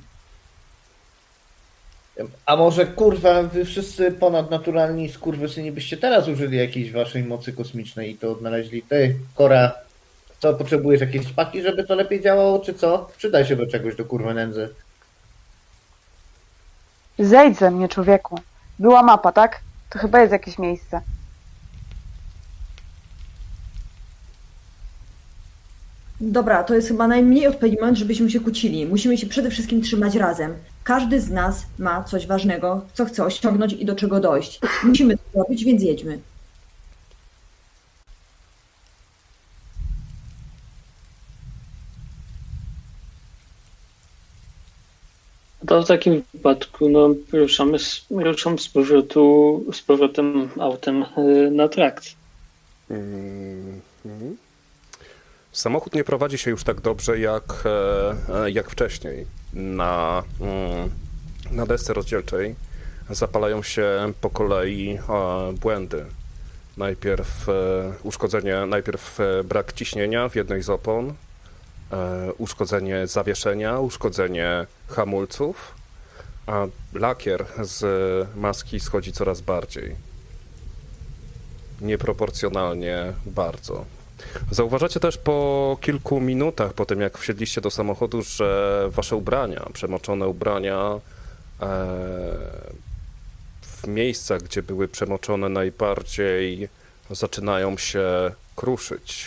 A może kurwa wy wszyscy ponadnaturalni skurwysyni byście teraz użyli jakiejś waszej mocy kosmicznej i to odnaleźli? Ty, Kora, co potrzebujesz jakieś paki, żeby to lepiej działało, czy co? Przydaj się do czegoś, do kurwa nędzy. Zejdź ze mnie, człowieku. Była mapa, tak? To chyba jest jakieś miejsce. Dobra, to jest chyba najmniej odpowiedni moment, żebyśmy się kłócili. Musimy się przede wszystkim trzymać razem. Każdy z nas ma coś ważnego, co chce osiągnąć i do czego dojść. Musimy to zrobić, więc jedźmy. To w takim wypadku ruszam z powrotem autem na trakt. Samochód nie prowadzi się już tak dobrze jak wcześniej. Na desce rozdzielczej zapalają się po kolei błędy. Najpierw brak ciśnienia w jednej z opon, uszkodzenie zawieszenia, uszkodzenie hamulców, a lakier z maski schodzi coraz bardziej. Nieproporcjonalnie bardzo. Zauważacie też po kilku minutach po tym, jak wsiedliście do samochodu, że wasze ubrania, przemoczone ubrania w miejscach, gdzie były przemoczone najbardziej, zaczynają się kruszyć.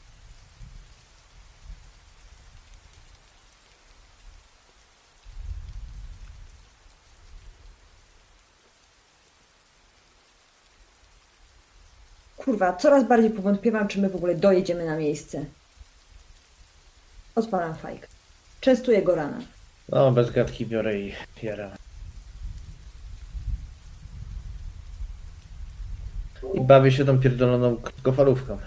Kurwa, coraz bardziej powątpiewam, czy my w ogóle dojedziemy na miejsce. Odpalam fajkę. Częstuję Gorana. No, bez gadki biorę i jaram. I bawię się tą pierdoloną krótkofalówką.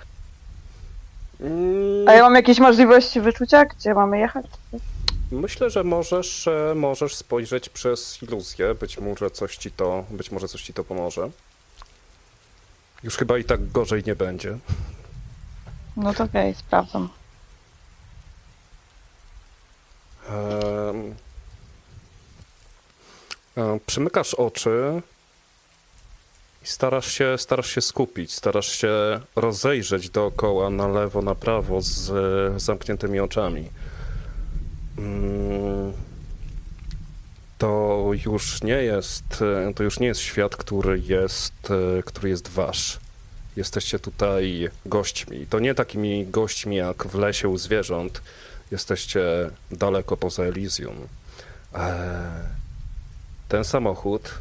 A ja mam jakieś możliwości wyczucia, gdzie mamy jechać? Myślę, że możesz spojrzeć przez iluzję. Być może coś ci to pomoże. Już chyba i tak gorzej nie będzie. No to okej, sprawdzam. Przymykasz oczy i starasz się skupić, starasz się rozejrzeć dookoła, na lewo, na prawo z zamkniętymi oczami. To już nie jest świat, który jest wasz. Jesteście tutaj gośćmi. To nie takimi gośćmi jak w lesie u zwierząt. Jesteście daleko poza Elysium. Ten samochód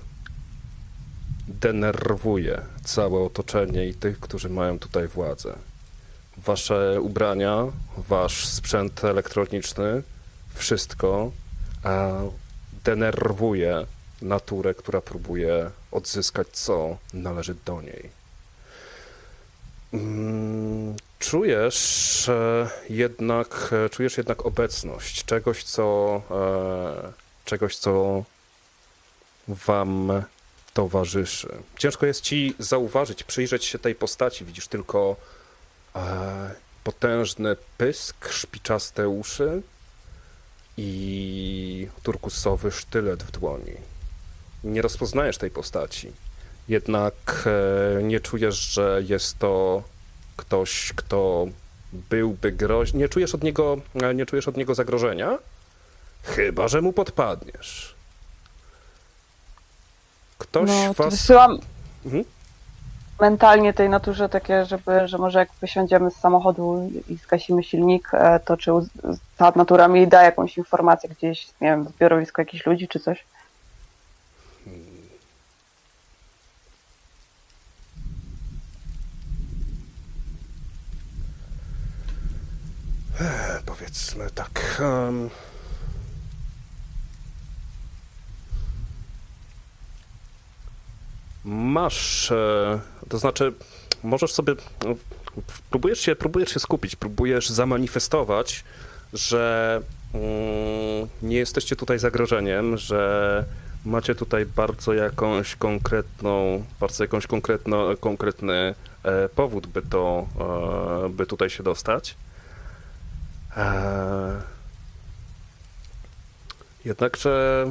denerwuje całe otoczenie i tych, którzy mają tutaj władzę. Wasze ubrania, wasz sprzęt elektroniczny, wszystko denerwuje naturę, która próbuje odzyskać, co należy do niej. Czujesz jednak obecność czegoś, co wam towarzyszy. Ciężko jest ci zauważyć, przyjrzeć się tej postaci. Widzisz tylko potężny pysk, szpiczaste uszy i turkusowy sztylet w dłoni. Nie rozpoznajesz tej postaci. Jednak nie czujesz, że jest to ktoś, kto byłby groźny. Nie czujesz od niego zagrożenia, chyba że mu podpadniesz. Ktoś No, to was... wysyłam Mhm. mentalnie tej naturze takie, że może jak wysiądziemy z samochodu i zgasimy silnik, to czy ta natura mi da jakąś informację gdzieś, nie wiem, zbiorowisko jakichś ludzi czy coś? Powiedzmy tak. Masz, to znaczy, możesz sobie, próbujesz się skupić, próbujesz zamanifestować, że nie jesteście tutaj zagrożeniem, że macie tutaj bardzo jakąś konkretny powód, by tutaj się dostać. Jednakże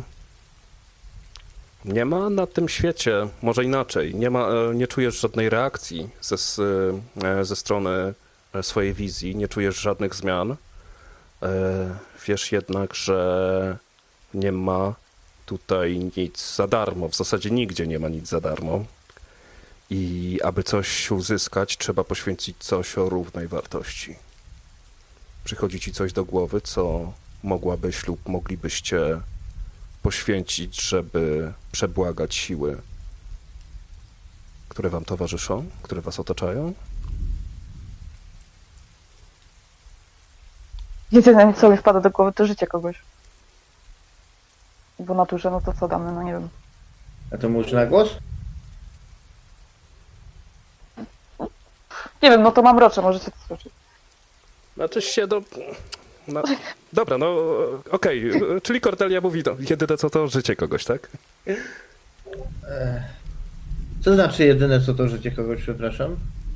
nie ma na tym świecie, może inaczej, nie czujesz żadnej reakcji ze strony swojej wizji, nie czujesz żadnych zmian. Wiesz jednak, że nie ma tutaj nic za darmo, w zasadzie nigdzie nie ma nic za darmo. I aby coś uzyskać, trzeba poświęcić coś o równej wartości. Przychodzi ci coś do głowy, co mogłabyś lub moglibyście poświęcić, żeby przebłagać siły, które wam towarzyszą, które was otaczają? Jedyne, co mi wpada do głowy, to życie kogoś. Bo naturze, no to co damy, no nie wiem. A to mówisz na głos? Nie wiem, no to mam rocze, możecie to słyszeć. Znaczy się no, dobra, no okej, czyli Cordelia mówi, no, jedyne co to życie kogoś, tak? Co znaczy jedyne co to życie kogoś, przepraszam?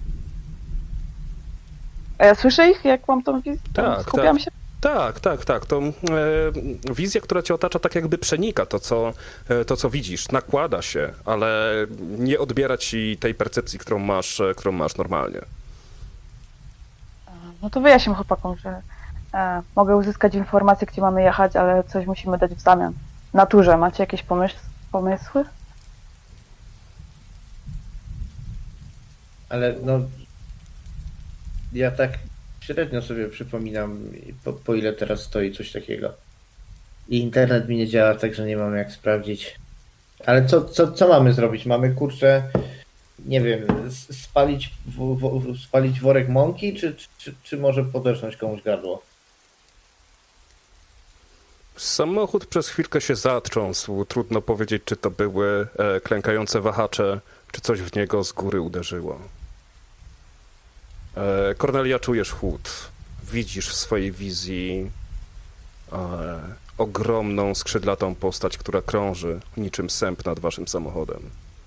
A ja słyszę ich, jak mam tą wizję? Tak, Skupiam się. Tak. To wizja, która cię otacza, tak jakby przenika to, co widzisz, nakłada się, ale nie odbiera ci tej percepcji, którą masz normalnie. No to wyjaśnię chłopakom, że mogę uzyskać informację, gdzie mamy jechać, ale coś musimy dać w zamian. Naturze, macie jakieś pomysły? Ale no... Ja tak średnio sobie przypominam, po ile teraz stoi coś takiego. I internet mi nie działa, także nie mam jak sprawdzić. Ale co mamy zrobić? Mamy, kurczę, nie wiem, spalić worek mąki, czy może podesznąć komuś gardło? Samochód przez chwilkę się zatrząsł. Trudno powiedzieć, czy to były klękające wahacze, czy coś w niego z góry uderzyło. Cornelia, czujesz chłód. Widzisz w swojej wizji ogromną, skrzydlatą postać, która krąży niczym sęp nad waszym samochodem.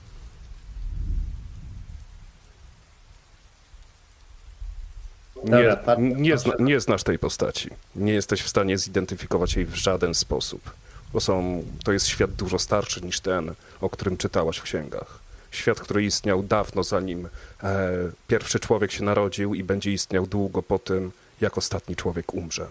Dobra, Nie znasz tej postaci. Nie jesteś w stanie zidentyfikować jej w żaden sposób. To jest świat dużo starszy niż ten, o którym czytałaś w księgach. Świat, który istniał dawno, zanim pierwszy człowiek się narodził i będzie istniał długo po tym, jak ostatni człowiek umrze.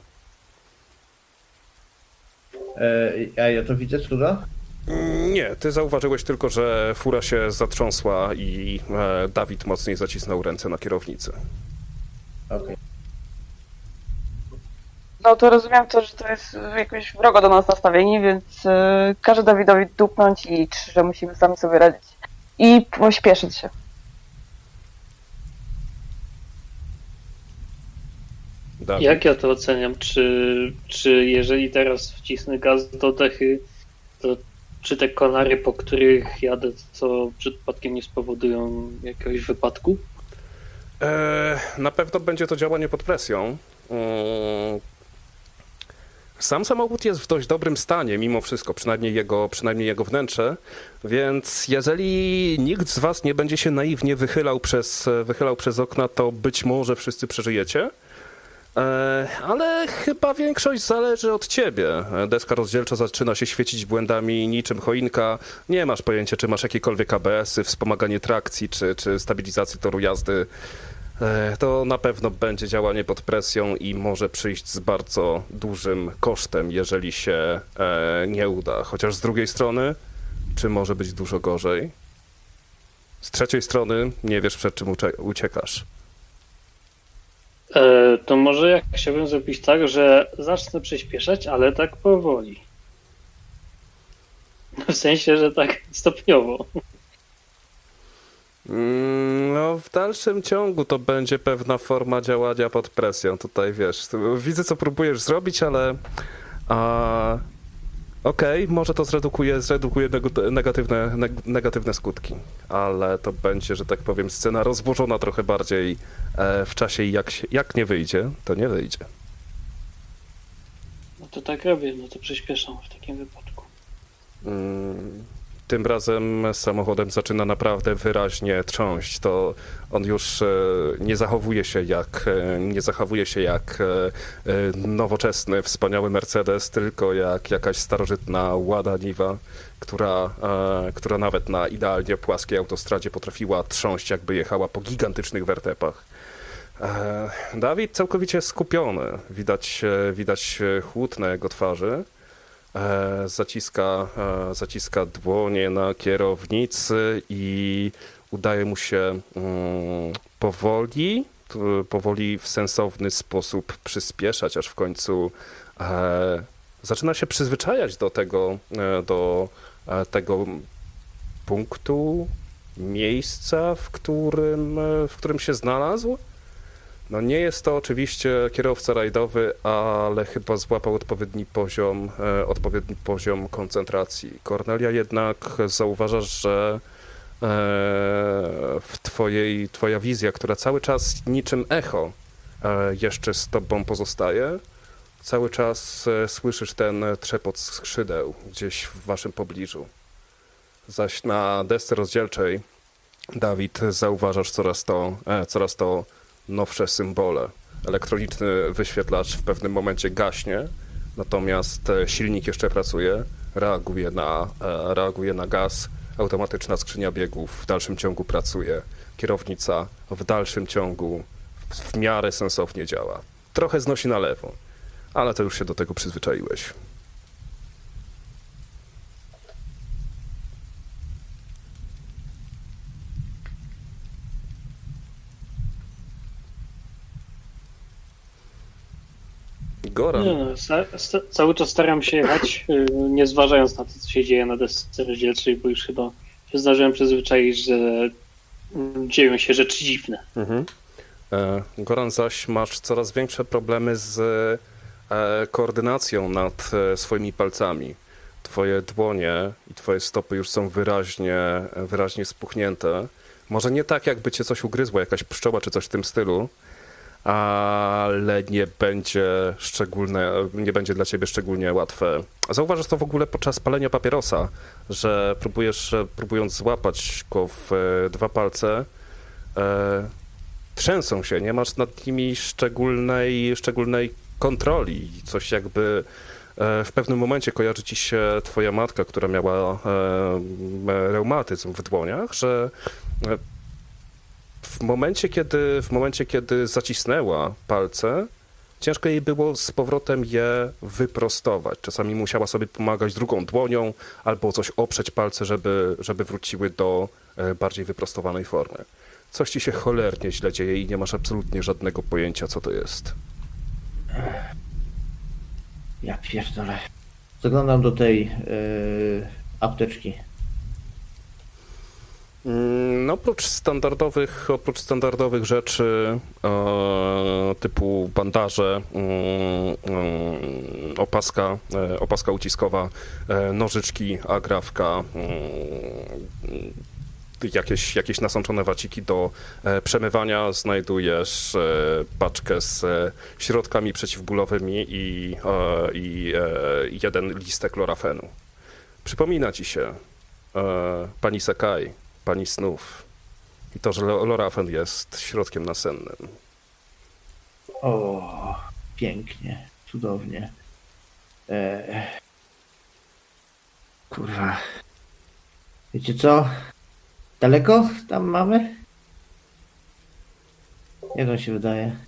A ja to widzę, cuda? Nie, ty zauważyłeś tylko, że fura się zatrząsła i Dawid mocniej zacisnął ręce na kierownicy. Okej. No to rozumiem to, że to jest jakoś wrogo do nas nastawieni, więc każę Dawidowi dupnąć i że musimy sami sobie radzić. I pośpieszyć się. Dawid. Jak ja to oceniam? Czy jeżeli teraz wcisnę gaz do dechy, to czy te konary, po których jadę, co przypadkiem nie spowodują jakiegoś wypadku? Na pewno będzie to działanie pod presją. Sam samochód jest w dość dobrym stanie, mimo wszystko, przynajmniej jego wnętrze, więc jeżeli nikt z was nie będzie się naiwnie wychylał przez okna, to być może wszyscy przeżyjecie. Ale chyba większość zależy od ciebie. Deska rozdzielcza zaczyna się świecić błędami niczym choinka. Nie masz pojęcia, czy masz jakiekolwiek ABS-y, wspomaganie trakcji, czy stabilizację toru jazdy. To na pewno będzie działanie pod presją i może przyjść z bardzo dużym kosztem, jeżeli się nie uda. Chociaż z drugiej strony, czy może być dużo gorzej? Z trzeciej strony, nie wiesz, przed czym uciekasz. To może ja chciałbym zrobić tak, że zacznę przyspieszać, ale tak powoli. W sensie, że tak stopniowo. No, w dalszym ciągu to będzie pewna forma działania pod presją. Tutaj wiesz, widzę, co próbujesz zrobić, ale okej, może to zredukuje negatywne skutki, ale to będzie, że tak powiem, scena rozłożona trochę bardziej w czasie i jak nie wyjdzie, to nie wyjdzie. No to tak robię, no to przyspieszam w takim wypadku. Tym razem samochodem zaczyna naprawdę wyraźnie trząść. To on już nie zachowuje się jak nowoczesny, wspaniały Mercedes, tylko jak jakaś starożytna Łada Niwa, która nawet na idealnie płaskiej autostradzie potrafiła trząść, jakby jechała po gigantycznych wertepach. Dawid całkowicie skupiony. Widać chłód na jego twarzy. Zaciska dłonie na kierownicy i udaje mu się powoli w sensowny sposób przyspieszać, aż w końcu zaczyna się przyzwyczajać do tego punktu, miejsca, w którym się znalazł. No nie jest to oczywiście kierowca rajdowy, ale chyba złapał odpowiedni poziom koncentracji. Cornelia, jednak zauważasz, że twoja wizja, która cały czas niczym echo jeszcze z tobą pozostaje. Cały czas słyszysz ten trzepot skrzydeł gdzieś w waszym pobliżu. Zaś na desce rozdzielczej, Dawid, zauważasz coraz to nowsze symbole. Elektroniczny wyświetlacz w pewnym momencie gaśnie, natomiast silnik jeszcze pracuje, reaguje na gaz, automatyczna skrzynia biegów w dalszym ciągu pracuje, kierownica w dalszym ciągu w miarę sensownie działa. Trochę znosi na lewo, ale to już się do tego przyzwyczaiłeś. Goran. Nie, no, cały czas staram się jechać, nie zważając na to, co się dzieje na desce rozdzielczej, bo już chyba się zdarzyłem przyzwyczaić, że dzieją się rzeczy dziwne. Goran, zaś masz coraz większe problemy z koordynacją nad swoimi palcami. Twoje dłonie i twoje stopy już są wyraźnie spuchnięte. Może nie tak, jakby cię coś ugryzło, jakaś pszczoła czy coś w tym stylu, ale nie będzie dla ciebie szczególnie łatwe. Zauważasz to w ogóle podczas palenia papierosa, że próbując złapać go w dwa palce, trzęsą się, nie masz nad nimi szczególnej kontroli. Coś jakby w pewnym momencie kojarzy ci się twoja matka, która miała reumatyzm w dłoniach, że w momencie, kiedy zacisnęła palce, ciężko jej było z powrotem je wyprostować. Czasami musiała sobie pomagać drugą dłonią albo coś oprzeć palce, żeby wróciły do bardziej wyprostowanej formy. Coś ci się cholernie źle dzieje i nie masz absolutnie żadnego pojęcia, co to jest. Ja pierdolę. Zaglądam do tej apteczki. No, oprócz standardowych rzeczy typu bandaże, opaska uciskowa, nożyczki, agrafka, jakieś nasączone waciki do przemywania, znajdujesz paczkę z środkami przeciwbólowymi i jeden listek lorafenu. Przypomina ci się pani Sakai, pani snów i to, że lorafen jest środkiem nasennym. O, pięknie, cudownie. Kurwa. Wiecie co? Daleko tam mamy? Jak on się wydaje?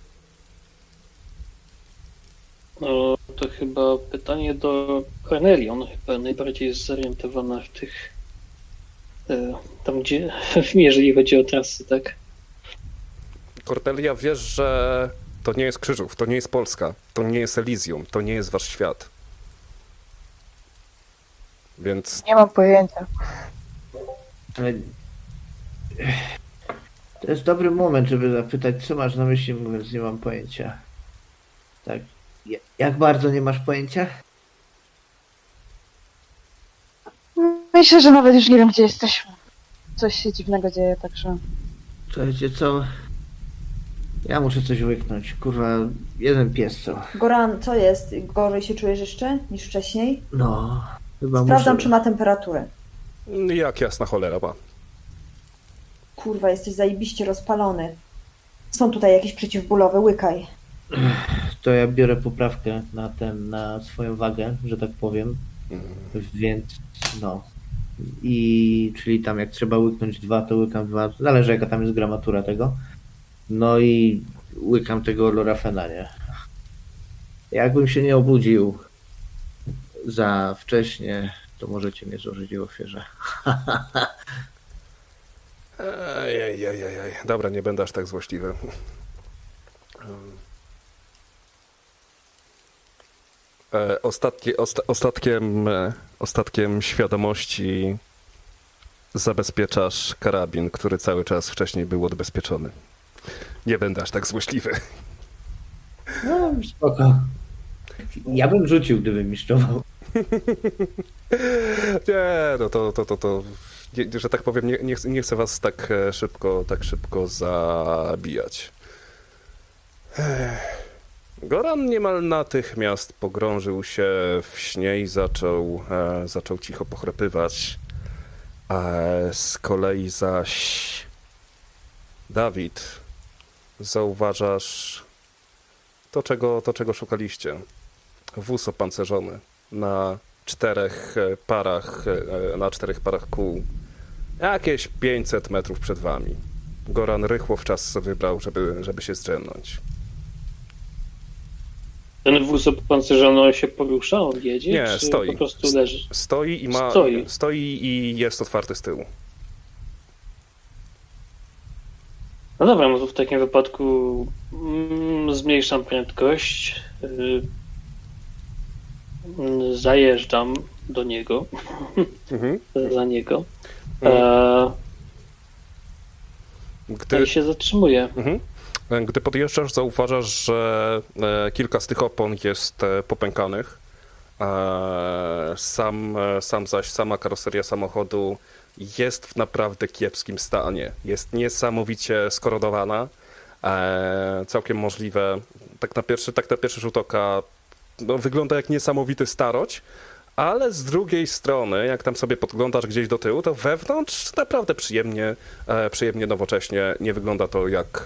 No, to chyba pytanie do Corneli. On chyba najbardziej jest zorientowana w tych tam gdzie, jeżeli chodzi o trasy, tak? Cornelia, wiesz, że to nie jest Krzyżów, to nie jest Polska, to nie jest Elysium, to nie jest wasz świat. Więc Nie mam pojęcia. Ale to jest dobry moment, żeby zapytać, co masz na myśli, mówiąc, nie mam pojęcia. Tak. Jak bardzo nie masz pojęcia? Myślę, że nawet już nie wiem, gdzie jesteśmy. Coś się dziwnego dzieje, także... To wiecie co? Ja muszę coś łyknąć. Kurwa, jeden pies co? Goran, co jest? Gorzej się czujesz jeszcze niż wcześniej? No, chyba Sprawdzam, muszę... czy ma temperaturę. jak jasna cholera ma. Kurwa, jesteś zajebiście rozpalony. Są tutaj jakieś przeciwbólowe, łykaj. To ja biorę poprawkę na swoją wagę, że tak powiem. Więc no. I czyli tam jak trzeba łyknąć 2, to łykam 2. Zależy jaka tam jest gramatura tego. No i łykam tego lorafena, nie? Jakbym się nie obudził za wcześnie, to możecie mnie złożyć w ofierze. Ej. Dobra, nie będę aż tak złośliwy. Ostatkiem świadomości zabezpieczasz karabin, który cały czas wcześniej był odbezpieczony. Nie będę aż tak złośliwy. No, spoko. Ja bym rzucił, gdybym mistrzował. Nie, no to nie, że tak powiem, nie chcę was tak szybko zabijać. Goran niemal natychmiast pogrążył się w śnie i zaczął cicho pochropywać. A z kolei zaś Dawid, zauważasz to, czego szukaliście. Wóz opancerzony na czterech parach kół. Jakieś 500 metrów przed wami. Goran rychło w czas wybrał, żeby się zdrzemnąć. Ten wóz opancerzony, on się porusza, on jedzie? Nie, czy stoi. Po prostu leży. Stoi i jest otwarty z tyłu. No dobra, no to w takim wypadku zmniejszam prędkość. Zajeżdżam do niego. Za niego. I się zatrzymuję. Gdy podjeżdżasz, zauważasz, że kilka z tych opon jest popękanych. Sama karoseria samochodu jest w naprawdę kiepskim stanie. Jest niesamowicie skorodowana. Całkiem możliwe, tak na pierwszy rzut oka, no, wygląda jak niesamowity starość, ale z drugiej strony, jak tam sobie podglądasz gdzieś do tyłu, to wewnątrz naprawdę przyjemnie nowocześnie. Nie wygląda to jak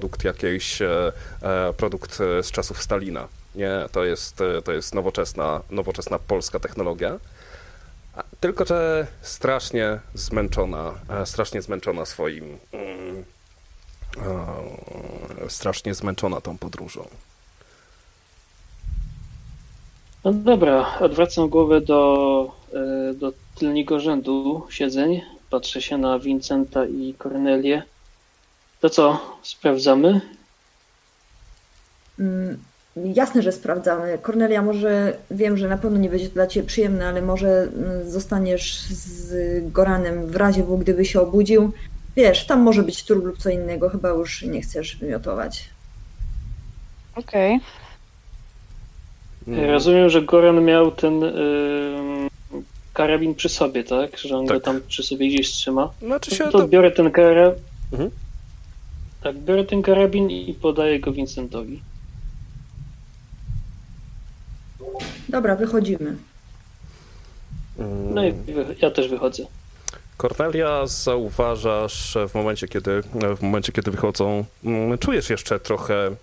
produkt z czasów Stalina. Nie, to jest nowoczesna polska technologia. Tylko że strasznie zmęczona tą podróżą. No dobra, odwracam głowę do tylnego rzędu siedzeń. Patrzę się na Vincenta i Kornelię. To co, sprawdzamy? Jasne, że sprawdzamy. Kornelia, może wiem, że na pewno nie będzie to dla Ciebie przyjemne, ale może zostaniesz z Goranem w razie W, gdyby się obudził. Wiesz, tam może być trup lub co innego. Chyba już nie chcesz wymiotować. Okej. Rozumiem, że Goran miał ten karabin przy sobie, tak? Że on Tak. go tam przy sobie gdzieś trzyma. Znaczy się To biorę ten karabin. Mhm. Tak, biorę ten karabin i podaję go Vincentowi. Dobra, wychodzimy. No i ja też wychodzę. Kornelia, zauważasz w momencie, kiedy wychodzą, czujesz jeszcze trochę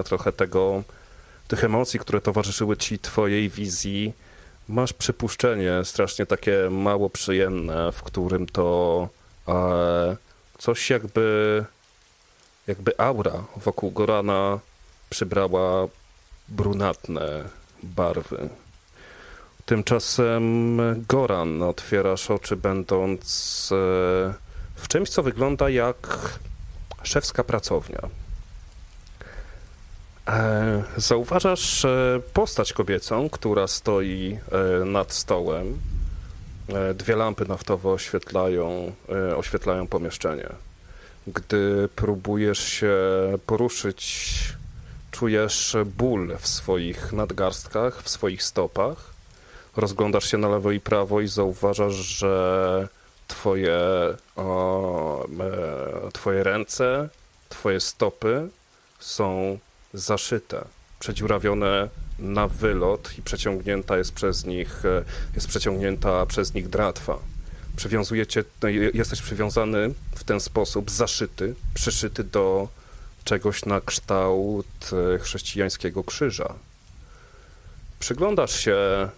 tych emocji, które towarzyszyły ci twojej wizji. Masz przypuszczenie strasznie takie mało przyjemne, w którym to coś jakby aura wokół Gorana przybrała brunatne barwy. Tymczasem Goran, otwierasz oczy, będąc w czymś, co wygląda jak szewska pracownia. Zauważasz postać kobiecą, która stoi nad stołem. Dwie lampy naftowe oświetlają pomieszczenie. Gdy próbujesz się poruszyć, czujesz ból w swoich nadgarstkach, w swoich stopach. Rozglądasz się na lewo i prawo i zauważasz, że twoje ręce, twoje stopy są zaszyte, przedziurawione na wylot i jest przeciągnięta przez nich dratwa. Jesteś przywiązany w ten sposób, przyszyty do czegoś na kształt chrześcijańskiego krzyża. Przyglądasz się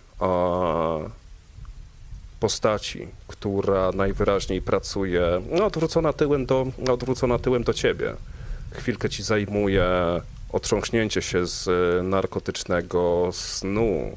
postaci, która najwyraźniej pracuje odwrócona tyłem do ciebie. Chwilkę ci zajmuje otrząśnięcie się z narkotycznego snu.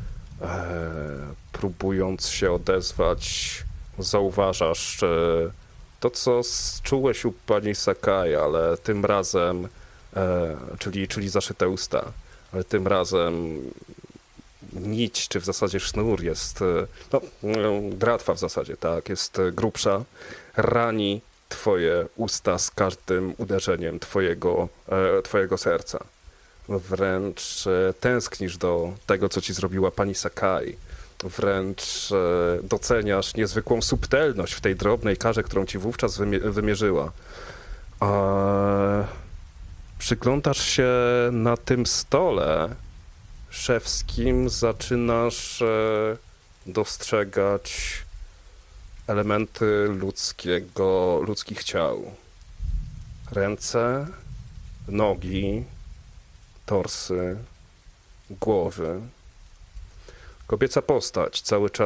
Próbując się odezwać, zauważasz to, co czułeś u pani Sakai, ale tym razem, czyli zaszyte usta, ale tym razem nić, czy w zasadzie sznur jest, dratwa w zasadzie, tak, jest grubsza, rani twoje usta z każdym uderzeniem twojego serca. Wręcz tęsknisz do tego, co ci zrobiła pani Sakai. Wręcz doceniasz niezwykłą subtelność w tej drobnej karze, którą ci wówczas wymierzyła. przyglądasz się na tym stole szewskim, zaczynasz dostrzegać elementy ludzkich ciał. Ręce, nogi, torsy, głowy. Kobieca postać,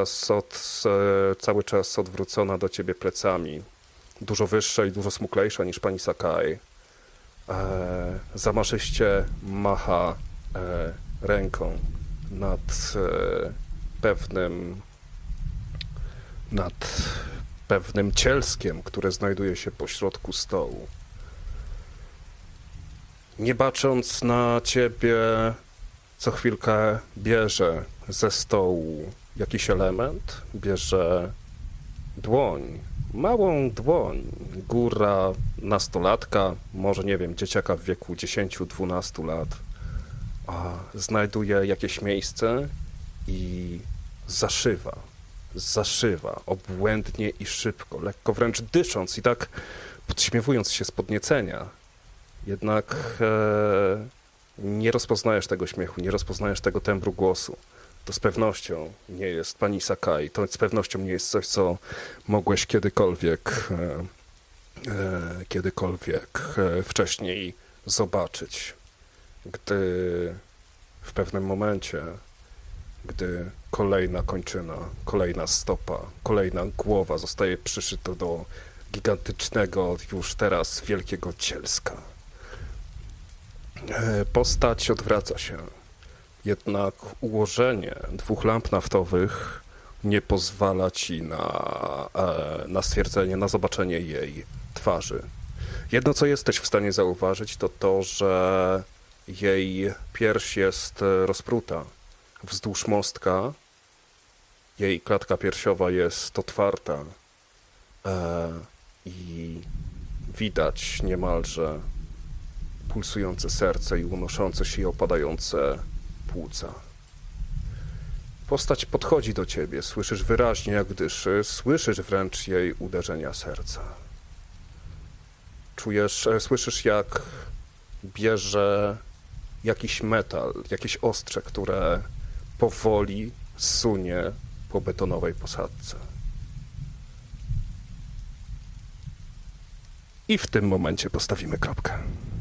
cały czas odwrócona do ciebie plecami. Dużo wyższa i dużo smuklejsza niż pani Sakai. Zamaszyście macha ręką nad pewnym cielskiem, które znajduje się pośrodku stołu. Nie bacząc na ciebie, co chwilkę bierze ze stołu jakiś element, bierze dłoń, małą dłoń, góra nastolatka, może nie wiem, dzieciaka w wieku 10-12 lat, znajduje jakieś miejsce i zaszywa obłędnie i szybko, lekko wręcz dysząc i tak podśmiewując się z podniecenia. Jednak nie rozpoznajesz tego śmiechu, nie rozpoznajesz tego tembru głosu. To z pewnością nie jest pani Sakai, to z pewnością nie jest coś, co mogłeś kiedykolwiek wcześniej zobaczyć. Gdy w pewnym momencie, gdy kolejna kończyna, kolejna stopa, kolejna głowa zostaje przyszyta do gigantycznego, już teraz wielkiego cielska. Postać odwraca się, jednak ułożenie 2 lamp naftowych nie pozwala ci na stwierdzenie, na zobaczenie jej twarzy. Jedno, co jesteś w stanie zauważyć, to to, że jej pierś jest rozpruta wzdłuż mostka, jej klatka piersiowa jest otwarta i widać niemalże pulsujące serce i unoszące się i opadające płuca. Postać podchodzi do ciebie, słyszysz wyraźnie jak dyszy, słyszysz wręcz jej uderzenia serca. Słyszysz jak bierze jakiś metal, jakieś ostrze, które powoli sunie po betonowej posadzce. I w tym momencie postawimy kropkę.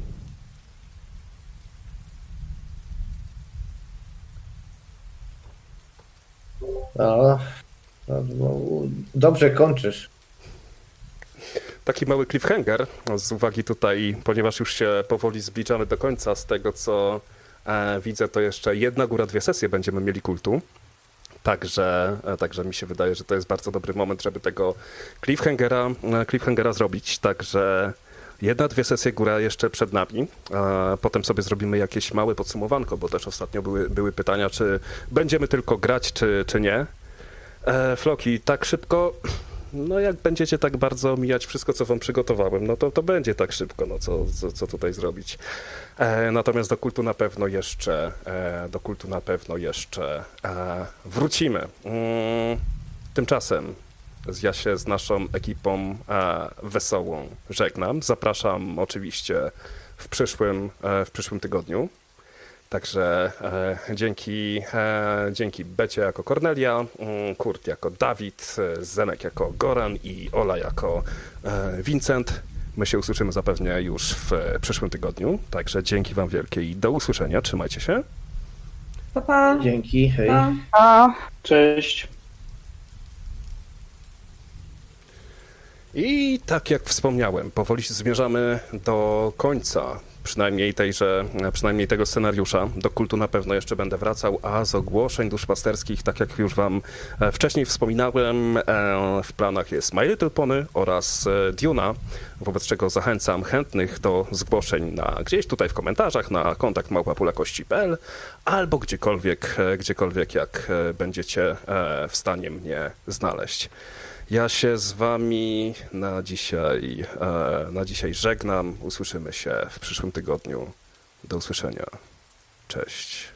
Dobrze kończysz. Taki mały cliffhanger z uwagi tutaj, ponieważ już się powoli zbliżamy do końca, z tego co widzę, to jeszcze 1 góra 2 sesje będziemy mieli kultu. Także mi się wydaje, że to jest bardzo dobry moment, żeby tego cliffhangera zrobić. Także 1-2 sesje góra jeszcze przed nami. Potem sobie zrobimy jakieś małe podsumowanko, bo też ostatnio były pytania, czy będziemy tylko grać, czy nie. Floki, tak szybko, no jak będziecie tak bardzo omijać wszystko, co wam przygotowałem, no to będzie tak szybko, no co tutaj zrobić. Natomiast do kultu na pewno jeszcze wrócimy. Tymczasem ja się z naszą ekipą wesołą żegnam. Zapraszam oczywiście w przyszłym tygodniu. Także dzięki Becie jako Kornelia, Kurt jako Dawid, Zenek jako Goran i Ola jako Vincent. My się usłyszymy zapewne już w przyszłym tygodniu. Także dzięki wam wielkie i do usłyszenia. Trzymajcie się. Pa, pa. Dzięki, hej. A. Cześć. I tak jak wspomniałem, powoli zmierzamy do końca, przynajmniej tego scenariusza. Do kultu na pewno jeszcze będę wracał, a z ogłoszeń duszpasterskich, tak jak już wam wcześniej wspominałem, w planach jest My Little Pony oraz Duna, wobec czego zachęcam chętnych do zgłoszeń gdzieś tutaj w komentarzach na kontakt@pulakości.pl albo gdziekolwiek jak będziecie w stanie mnie znaleźć. Ja się z wami na dzisiaj żegnam. Usłyszymy się w przyszłym tygodniu. Do usłyszenia. Cześć.